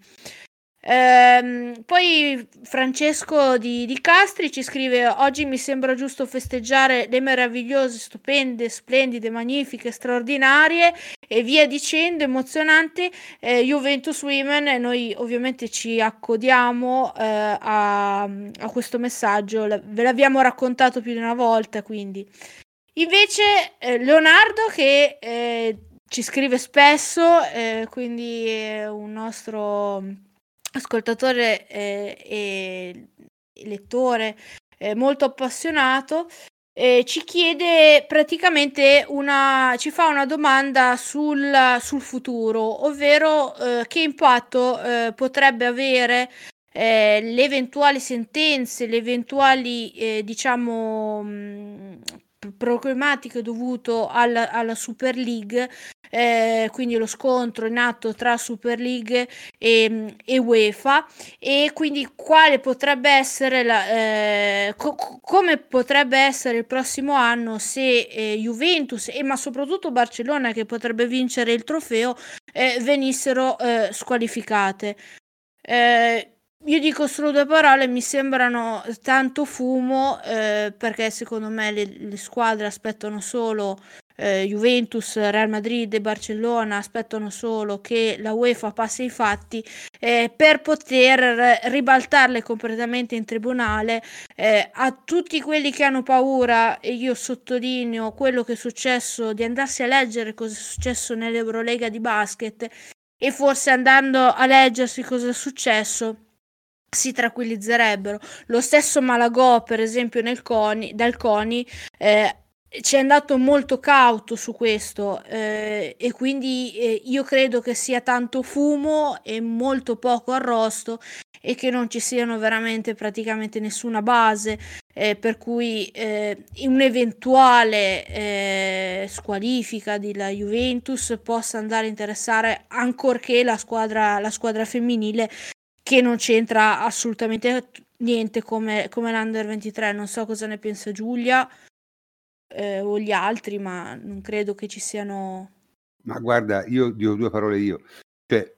Ehm, poi Francesco di, di Castri ci scrive: oggi mi sembra giusto festeggiare le meravigliose, stupende, splendide, magnifiche, straordinarie e via dicendo, emozionanti eh, Juventus Women, e noi ovviamente ci accodiamo eh, a, a questo messaggio. Ve l'abbiamo raccontato più di una volta, quindi invece eh, Leonardo, che eh, ci scrive spesso, eh, quindi è un nostro ascoltatore eh, e lettore eh, molto appassionato, eh, ci chiede praticamente una, ci fa una domanda sul, sul futuro, ovvero eh, che impatto eh, potrebbe avere eh, le eventuali sentenze, le eventuali eh, diciamo mh, problematiche dovute alla, alla Super League, eh, quindi lo scontro in atto tra Super League e, e UEFA, e quindi quale potrebbe essere la, eh, co- come potrebbe essere il prossimo anno se eh, Juventus e ma soprattutto Barcellona, che potrebbe vincere il trofeo, eh, venissero eh, squalificate. Eh, io dico solo due parole: mi sembrano tanto fumo, eh, perché secondo me le, le squadre aspettano solo eh, Juventus, Real Madrid e Barcellona aspettano solo che la UEFA passi i fatti eh, per poter ribaltarle completamente in tribunale. Eh, a tutti quelli che hanno paura, e io sottolineo quello che è successo, di andarsi a leggere cosa è successo nell'Eurolega di basket, e forse andando a leggersi cosa è successo si tranquillizzerebbero. Lo stesso Malagò, per esempio, nel CONI, dal CONI eh, ci è andato molto cauto su questo, eh, e quindi eh, io credo che sia tanto fumo e molto poco arrosto, e che non ci siano veramente praticamente nessuna base eh, per cui eh, un'eventuale eh, squalifica della Juventus possa andare a interessare ancorché la squadra, la squadra femminile, che non c'entra assolutamente niente come, come l'Under ventitré. Non so cosa ne pensa Giulia eh, o gli altri, ma non credo che ci siano... Ma guarda, io dico due parole io. Cioè,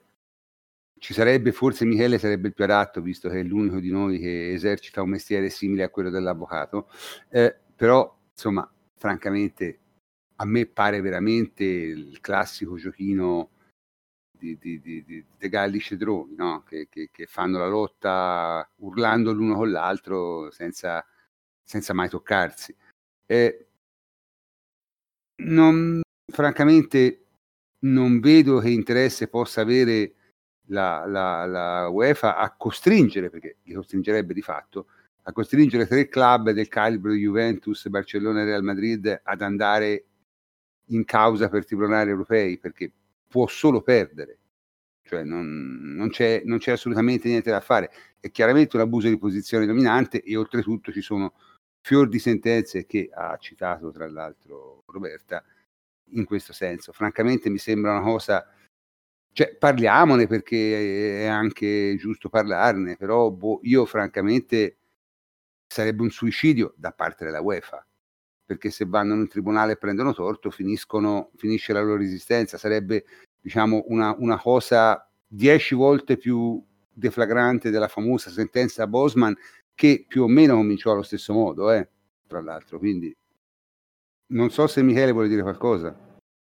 ci sarebbe, forse Michele sarebbe il più adatto, visto che è l'unico di noi che esercita un mestiere simile a quello dell'avvocato, eh, però, insomma, francamente, a me pare veramente il classico giochino di, di, di, di, di galli cedroni, no? che, che, che fanno la lotta urlando l'uno con l'altro senza, senza mai toccarsi. Eh, non, francamente non vedo che interesse possa avere la, la, la UEFA a costringere, perché li costringerebbe di fatto, a costringere tre club del calibro di Juventus, Barcellona e Real Madrid ad andare in causa per tribunali europei, perché può solo perdere, cioè non, non, c'è, non c'è assolutamente niente da fare. È chiaramente un abuso di posizione dominante e oltretutto ci sono fior di sentenze che ha citato tra l'altro Roberta in questo senso. Francamente mi sembra una cosa, cioè parliamone perché è anche giusto parlarne, però boh, io francamente sarebbe un suicidio da parte della UEFA, perché se vanno in tribunale e prendono torto finiscono, finisce la loro esistenza. Sarebbe, diciamo, una, una cosa dieci volte più deflagrante della famosa sentenza Bosman, che più o meno cominciò allo stesso modo, eh, tra l'altro. Quindi non so se Michele vuole dire qualcosa.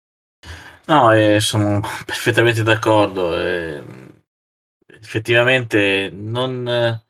No, eh, sono perfettamente d'accordo. Eh, effettivamente non,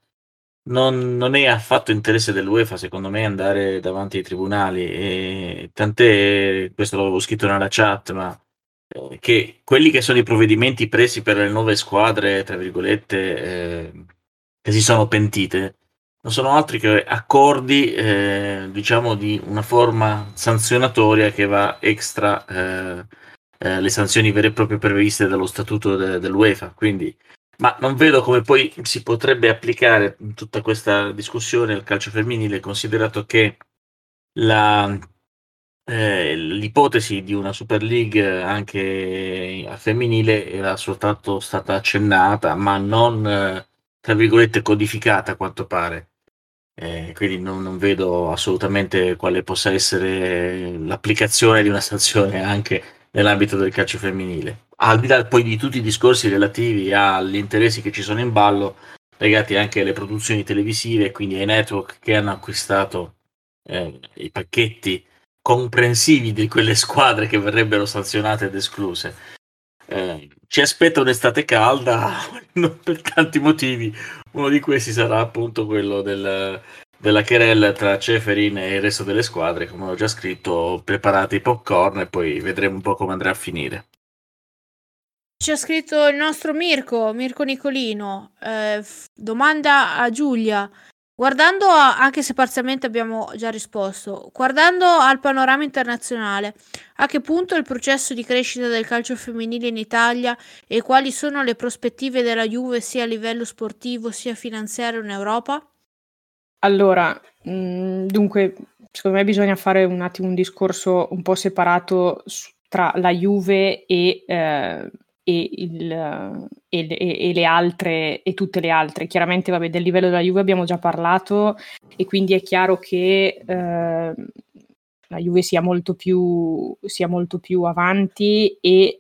non, non è affatto interesse dell'UEFA, secondo me, andare davanti ai tribunali. E tant'è, questo l'avevo scritto nella chat, ma eh, che quelli che sono i provvedimenti presi per le nuove squadre, tra virgolette, eh, che si sono pentite, non sono altri che accordi, eh, diciamo, di una forma sanzionatoria che va extra eh, eh, le sanzioni vere e proprie previste dallo statuto de- dell'UEFA. Quindi, ma non vedo come poi si potrebbe applicare in tutta questa discussione al calcio femminile, considerato che la, eh, l'ipotesi di una Super League anche a femminile era soltanto stata accennata, ma non, eh, tra virgolette, codificata a quanto pare. Eh, quindi non, non vedo assolutamente quale possa essere l'applicazione di una sanzione anche nell'ambito del calcio femminile. Al di là poi di tutti i discorsi relativi agli interessi che ci sono in ballo, legati anche alle produzioni televisive, quindi ai network che hanno acquistato eh, i pacchetti comprensivi di quelle squadre che verrebbero sanzionate ed escluse. Eh, ci aspetta un'estate calda per tanti motivi. Uno di questi sarà appunto quello del, della querella tra Ceferin e il resto delle squadre. Come ho già scritto, preparate i popcorn e poi vedremo un po' come andrà a finire. C'è scritto il nostro Mirko, Mirko Nicolino. Eh, f- domanda a Giulia. Guardando, a- anche se parzialmente abbiamo già risposto, guardando al panorama internazionale, a che punto è il processo di crescita del calcio femminile in Italia e quali sono le prospettive della Juve sia a livello sportivo sia finanziario in Europa? Allora, mh, dunque, secondo me bisogna fare un attimo un discorso un po' separato su- tra la Juve e, eh, e, il, e, le- e le altre e tutte le altre. Chiaramente, vabbè, del livello della Juve abbiamo già parlato e quindi è chiaro che eh, la Juve sia molto più, sia molto più avanti e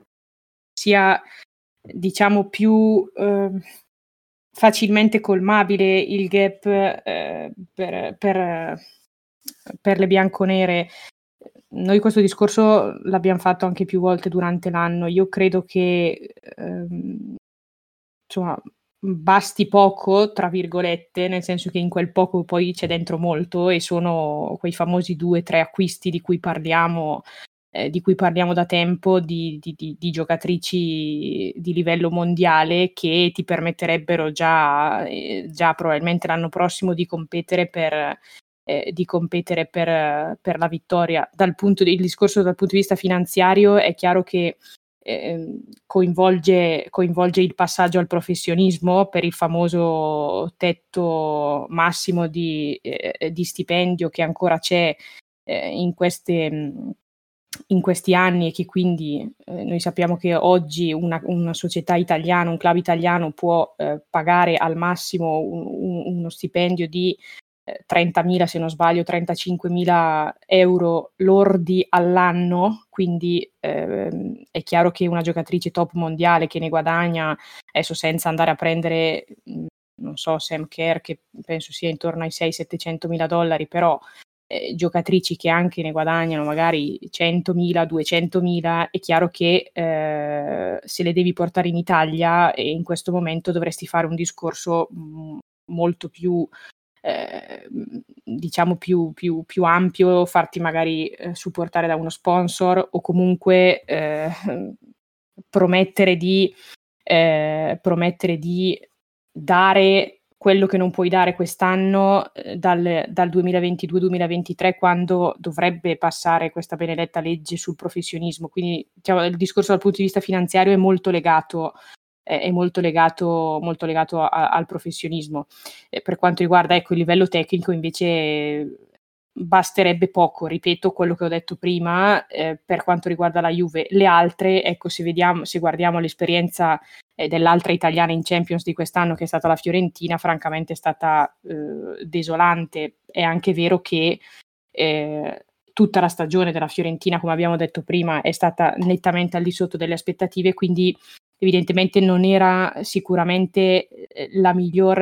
sia, diciamo, più eh, facilmente colmabile il gap eh, per, per, per le bianconere. Noi questo discorso l'abbiamo fatto anche più volte durante l'anno. Io credo che ehm, insomma basti poco, tra virgolette, nel senso che in quel poco poi c'è dentro molto e sono quei famosi due, tre acquisti di cui parliamo eh, di cui parliamo da tempo, di, di, di, di giocatrici di livello mondiale che ti permetterebbero già, eh, già probabilmente l'anno prossimo di competere per, eh, di competere per, per la vittoria. Dal punto di, il discorso dal punto di vista finanziario è chiaro che eh, coinvolge, coinvolge il passaggio al professionismo per il famoso tetto massimo di, eh, di stipendio che ancora c'è eh, in queste in questi anni e che quindi eh, noi sappiamo che oggi una, una società italiana, un club italiano può eh, pagare al massimo un, un, uno stipendio di eh, trentamila, se non sbaglio, trentacinquemila euro lordi all'anno, quindi eh, è chiaro che una giocatrice top mondiale che ne guadagna, adesso senza andare a prendere, non so, Sam Kerr, che penso sia intorno ai sei settecento mila dollari, però eh, giocatrici che anche ne guadagnano magari centomila, duecentomila, è chiaro che eh, se le devi portare in Italia e in questo momento dovresti fare un discorso mh, molto più Eh, diciamo più, più, più ampio, farti magari eh, supportare da uno sponsor o comunque eh, promettere di eh, promettere di dare quello che non puoi dare quest'anno eh, dal, dal duemilaventidue duemilaventitré, quando dovrebbe passare questa benedetta legge sul professionismo. Quindi diciamo, il discorso dal punto di vista finanziario è molto legato è molto legato, molto legato a, al professionismo. Eh, per quanto riguarda ecco, il livello tecnico invece basterebbe poco, ripeto quello che ho detto prima, eh, per quanto riguarda la Juve. Le altre, ecco, se vediamo, se guardiamo l'esperienza eh, dell'altra italiana in Champions di quest'anno, che è stata la Fiorentina, francamente è stata eh, desolante. È anche vero che eh, tutta la stagione della Fiorentina, come abbiamo detto prima, è stata nettamente al di sotto delle aspettative, quindi evidentemente non era sicuramente la miglior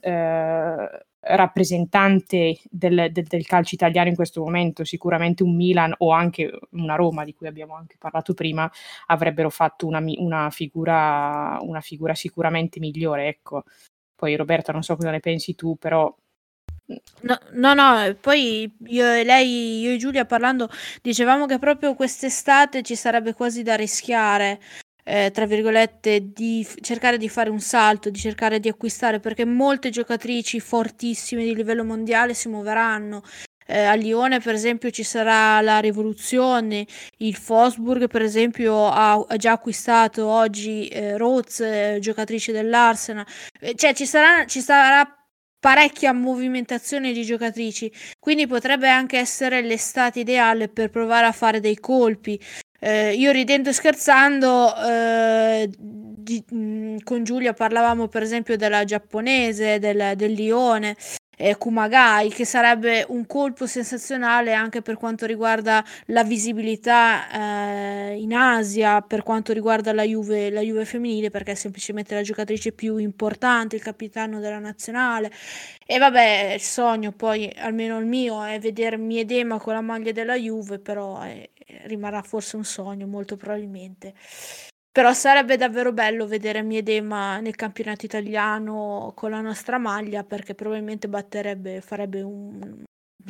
eh, rappresentante del, del, del calcio italiano in questo momento. Sicuramente un Milan o anche una Roma, di cui abbiamo anche parlato prima, avrebbero fatto una, una, figura, una figura sicuramente migliore. Ecco. Poi Roberta, non so cosa ne pensi tu, però... No, no, no, poi io e lei, io e Giulia parlando, dicevamo che proprio quest'estate ci sarebbe quasi da rischiare, eh, tra virgolette, di f- cercare di fare un salto, di cercare di acquistare, perché molte giocatrici fortissime di livello mondiale si muoveranno. Eh, a Lione, per esempio, ci sarà la rivoluzione, il Wolfsburg, per esempio, ha, ha già acquistato oggi eh, Rhodes, eh, giocatrice dell'Arsenal. Eh, cioè, ci sarà, ci sarà parecchia movimentazione di giocatrici, quindi potrebbe anche essere l'estate ideale per provare a fare dei colpi. Eh, io ridendo e scherzando eh, di, mh, con Giulia parlavamo per esempio della giapponese, del, del Lione, eh, Kumagai, che sarebbe un colpo sensazionale anche per quanto riguarda la visibilità eh, in Asia, per quanto riguarda la Juve, la Juve femminile, perché è semplicemente la giocatrice più importante, il capitano della nazionale. E vabbè, il sogno poi, almeno il mio, è vedere Miedema con la maglia della Juve, però è, rimarrà forse un sogno, molto probabilmente. Però sarebbe davvero bello vedere Miedema nel campionato italiano con la nostra maglia, perché probabilmente batterebbe, farebbe un,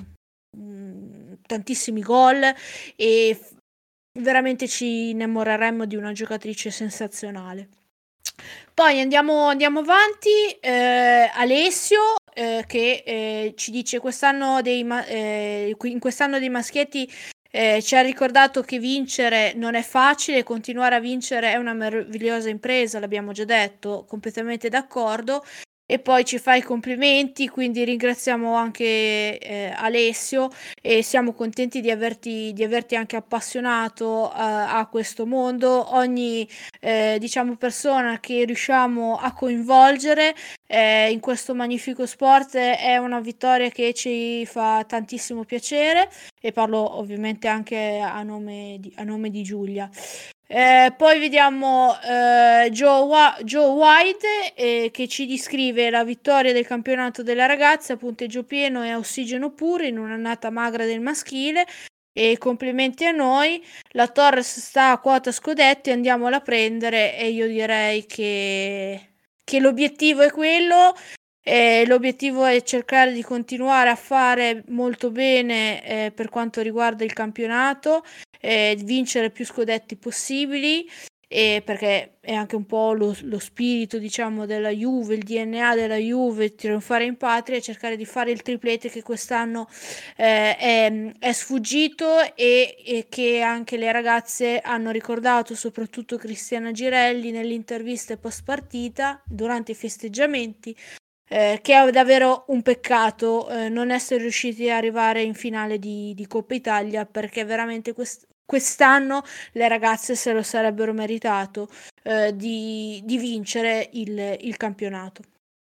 un, tantissimi gol e veramente ci innamoreremmo di una giocatrice sensazionale. Poi andiamo, andiamo avanti, eh, Alessio eh, che eh, ci dice quest'anno dei ma- eh, in quest'anno dei maschietti eh, ci ha ricordato che vincere non è facile, continuare a vincere è una meravigliosa impresa, l'abbiamo già detto, completamente d'accordo. E poi ci fa i complimenti, quindi ringraziamo anche eh, Alessio e siamo contenti di averti, di averti anche appassionato uh, a questo mondo. Ogni eh, diciamo persona che riusciamo a coinvolgere eh, in questo magnifico sport è una vittoria che ci fa tantissimo piacere, e parlo ovviamente anche a nome di, a nome di Giulia. Eh, poi vediamo eh, Joe, Wa- Joe White eh, che ci descrive la vittoria del campionato della ragazza a punteggio pieno e a ossigeno puro in un'annata magra del maschile, e complimenti a noi. La Torres sta a quota scudetti, andiamola a prendere, e io direi che, che l'obiettivo è quello. Eh, l'obiettivo è cercare di continuare a fare molto bene eh, per quanto riguarda il campionato, eh, vincere più scudetti possibili, eh, perché è anche un po' lo, lo spirito, diciamo, della Juve, il D N A della Juve, trionfare in patria e cercare di fare il triplete che quest'anno eh, è, è sfuggito, e, e che anche le ragazze hanno ricordato, soprattutto Cristiana Girelli nelle interviste post partita durante i festeggiamenti. Eh, che è davvero un peccato eh, non essere riusciti ad arrivare in finale di, di Coppa Italia, perché veramente quest- quest'anno le ragazze se lo sarebbero meritato eh, di, di vincere il, il campionato.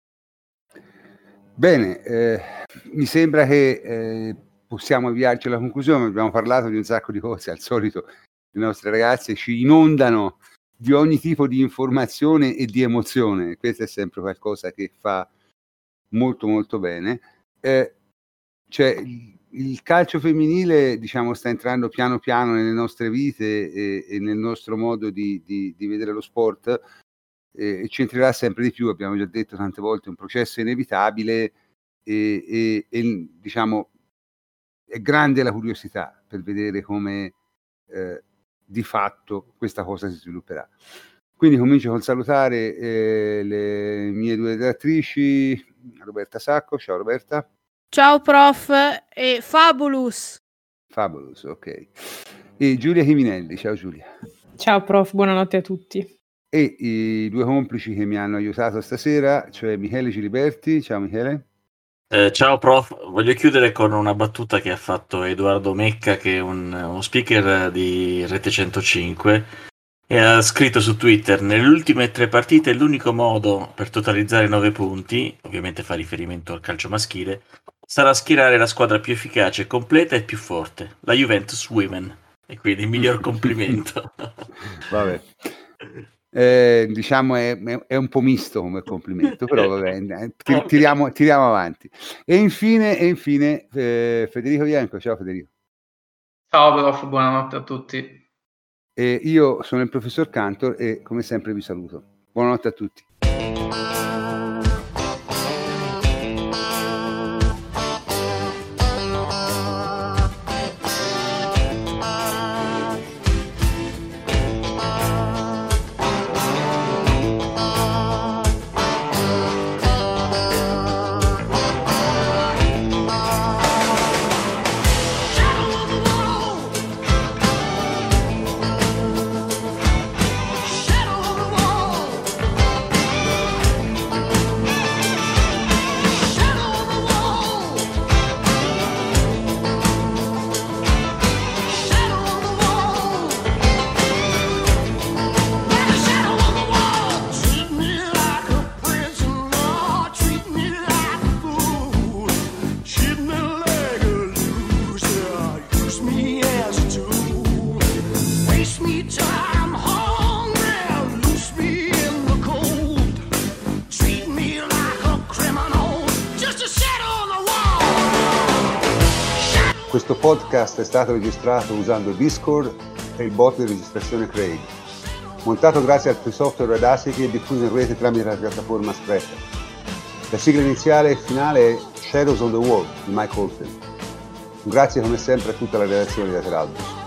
Bene, eh, mi sembra che eh, possiamo avviarci alla conclusione. Abbiamo parlato di un sacco di cose, al solito le nostre ragazze ci inondano di ogni tipo di informazione e di emozione, questo è sempre qualcosa che fa molto molto bene. Eh, cioè, il calcio femminile, diciamo, sta entrando piano piano nelle nostre vite e, e nel nostro modo di, di, di vedere lo sport, e, e ci entrerà sempre di più. Abbiamo già detto tante volte, un processo inevitabile e, e, e diciamo è grande la curiosità per vedere come eh, di fatto questa cosa si svilupperà. Quindi comincio col salutare eh, le mie due redattrici, Roberta Sacco. Ciao Roberta. Ciao prof e Fabulous. Fabulous, ok. E Giulia Chiminelli. Ciao Giulia. Ciao prof, buonanotte a tutti. E i due complici che mi hanno aiutato stasera, cioè Michele Giliberti. Ciao Michele. Eh, ciao prof, voglio chiudere con una battuta che ha fatto Edoardo Mecca, che è un, uno speaker di Rete centocinque, e ha scritto su Twitter: nelle ultime tre partite l'unico modo per totalizzare nove punti, ovviamente fa riferimento al calcio maschile, sarà schierare la squadra più efficace, completa e più forte, la Juventus Women. E quindi il miglior complimento. Vabbè. Eh, diciamo è, è un po' misto come complimento, però vabbè, tiriamo, tiriamo avanti. E infine, e infine eh, Federico Bianco. Ciao Federico. Ciao prof, buonanotte a tutti. E io sono il professor Cantor e come sempre vi saluto. Buonanotte a tutti. Questo podcast è stato registrato usando Discord e il bot di registrazione Craig, montato grazie al free software Audacity e diffuso in rete tramite la piattaforma Spreaker. La sigla iniziale e finale è Shadows on the Wall di Mike Oldfield. Grazie come sempre a tutta la redazione di Lateralbus.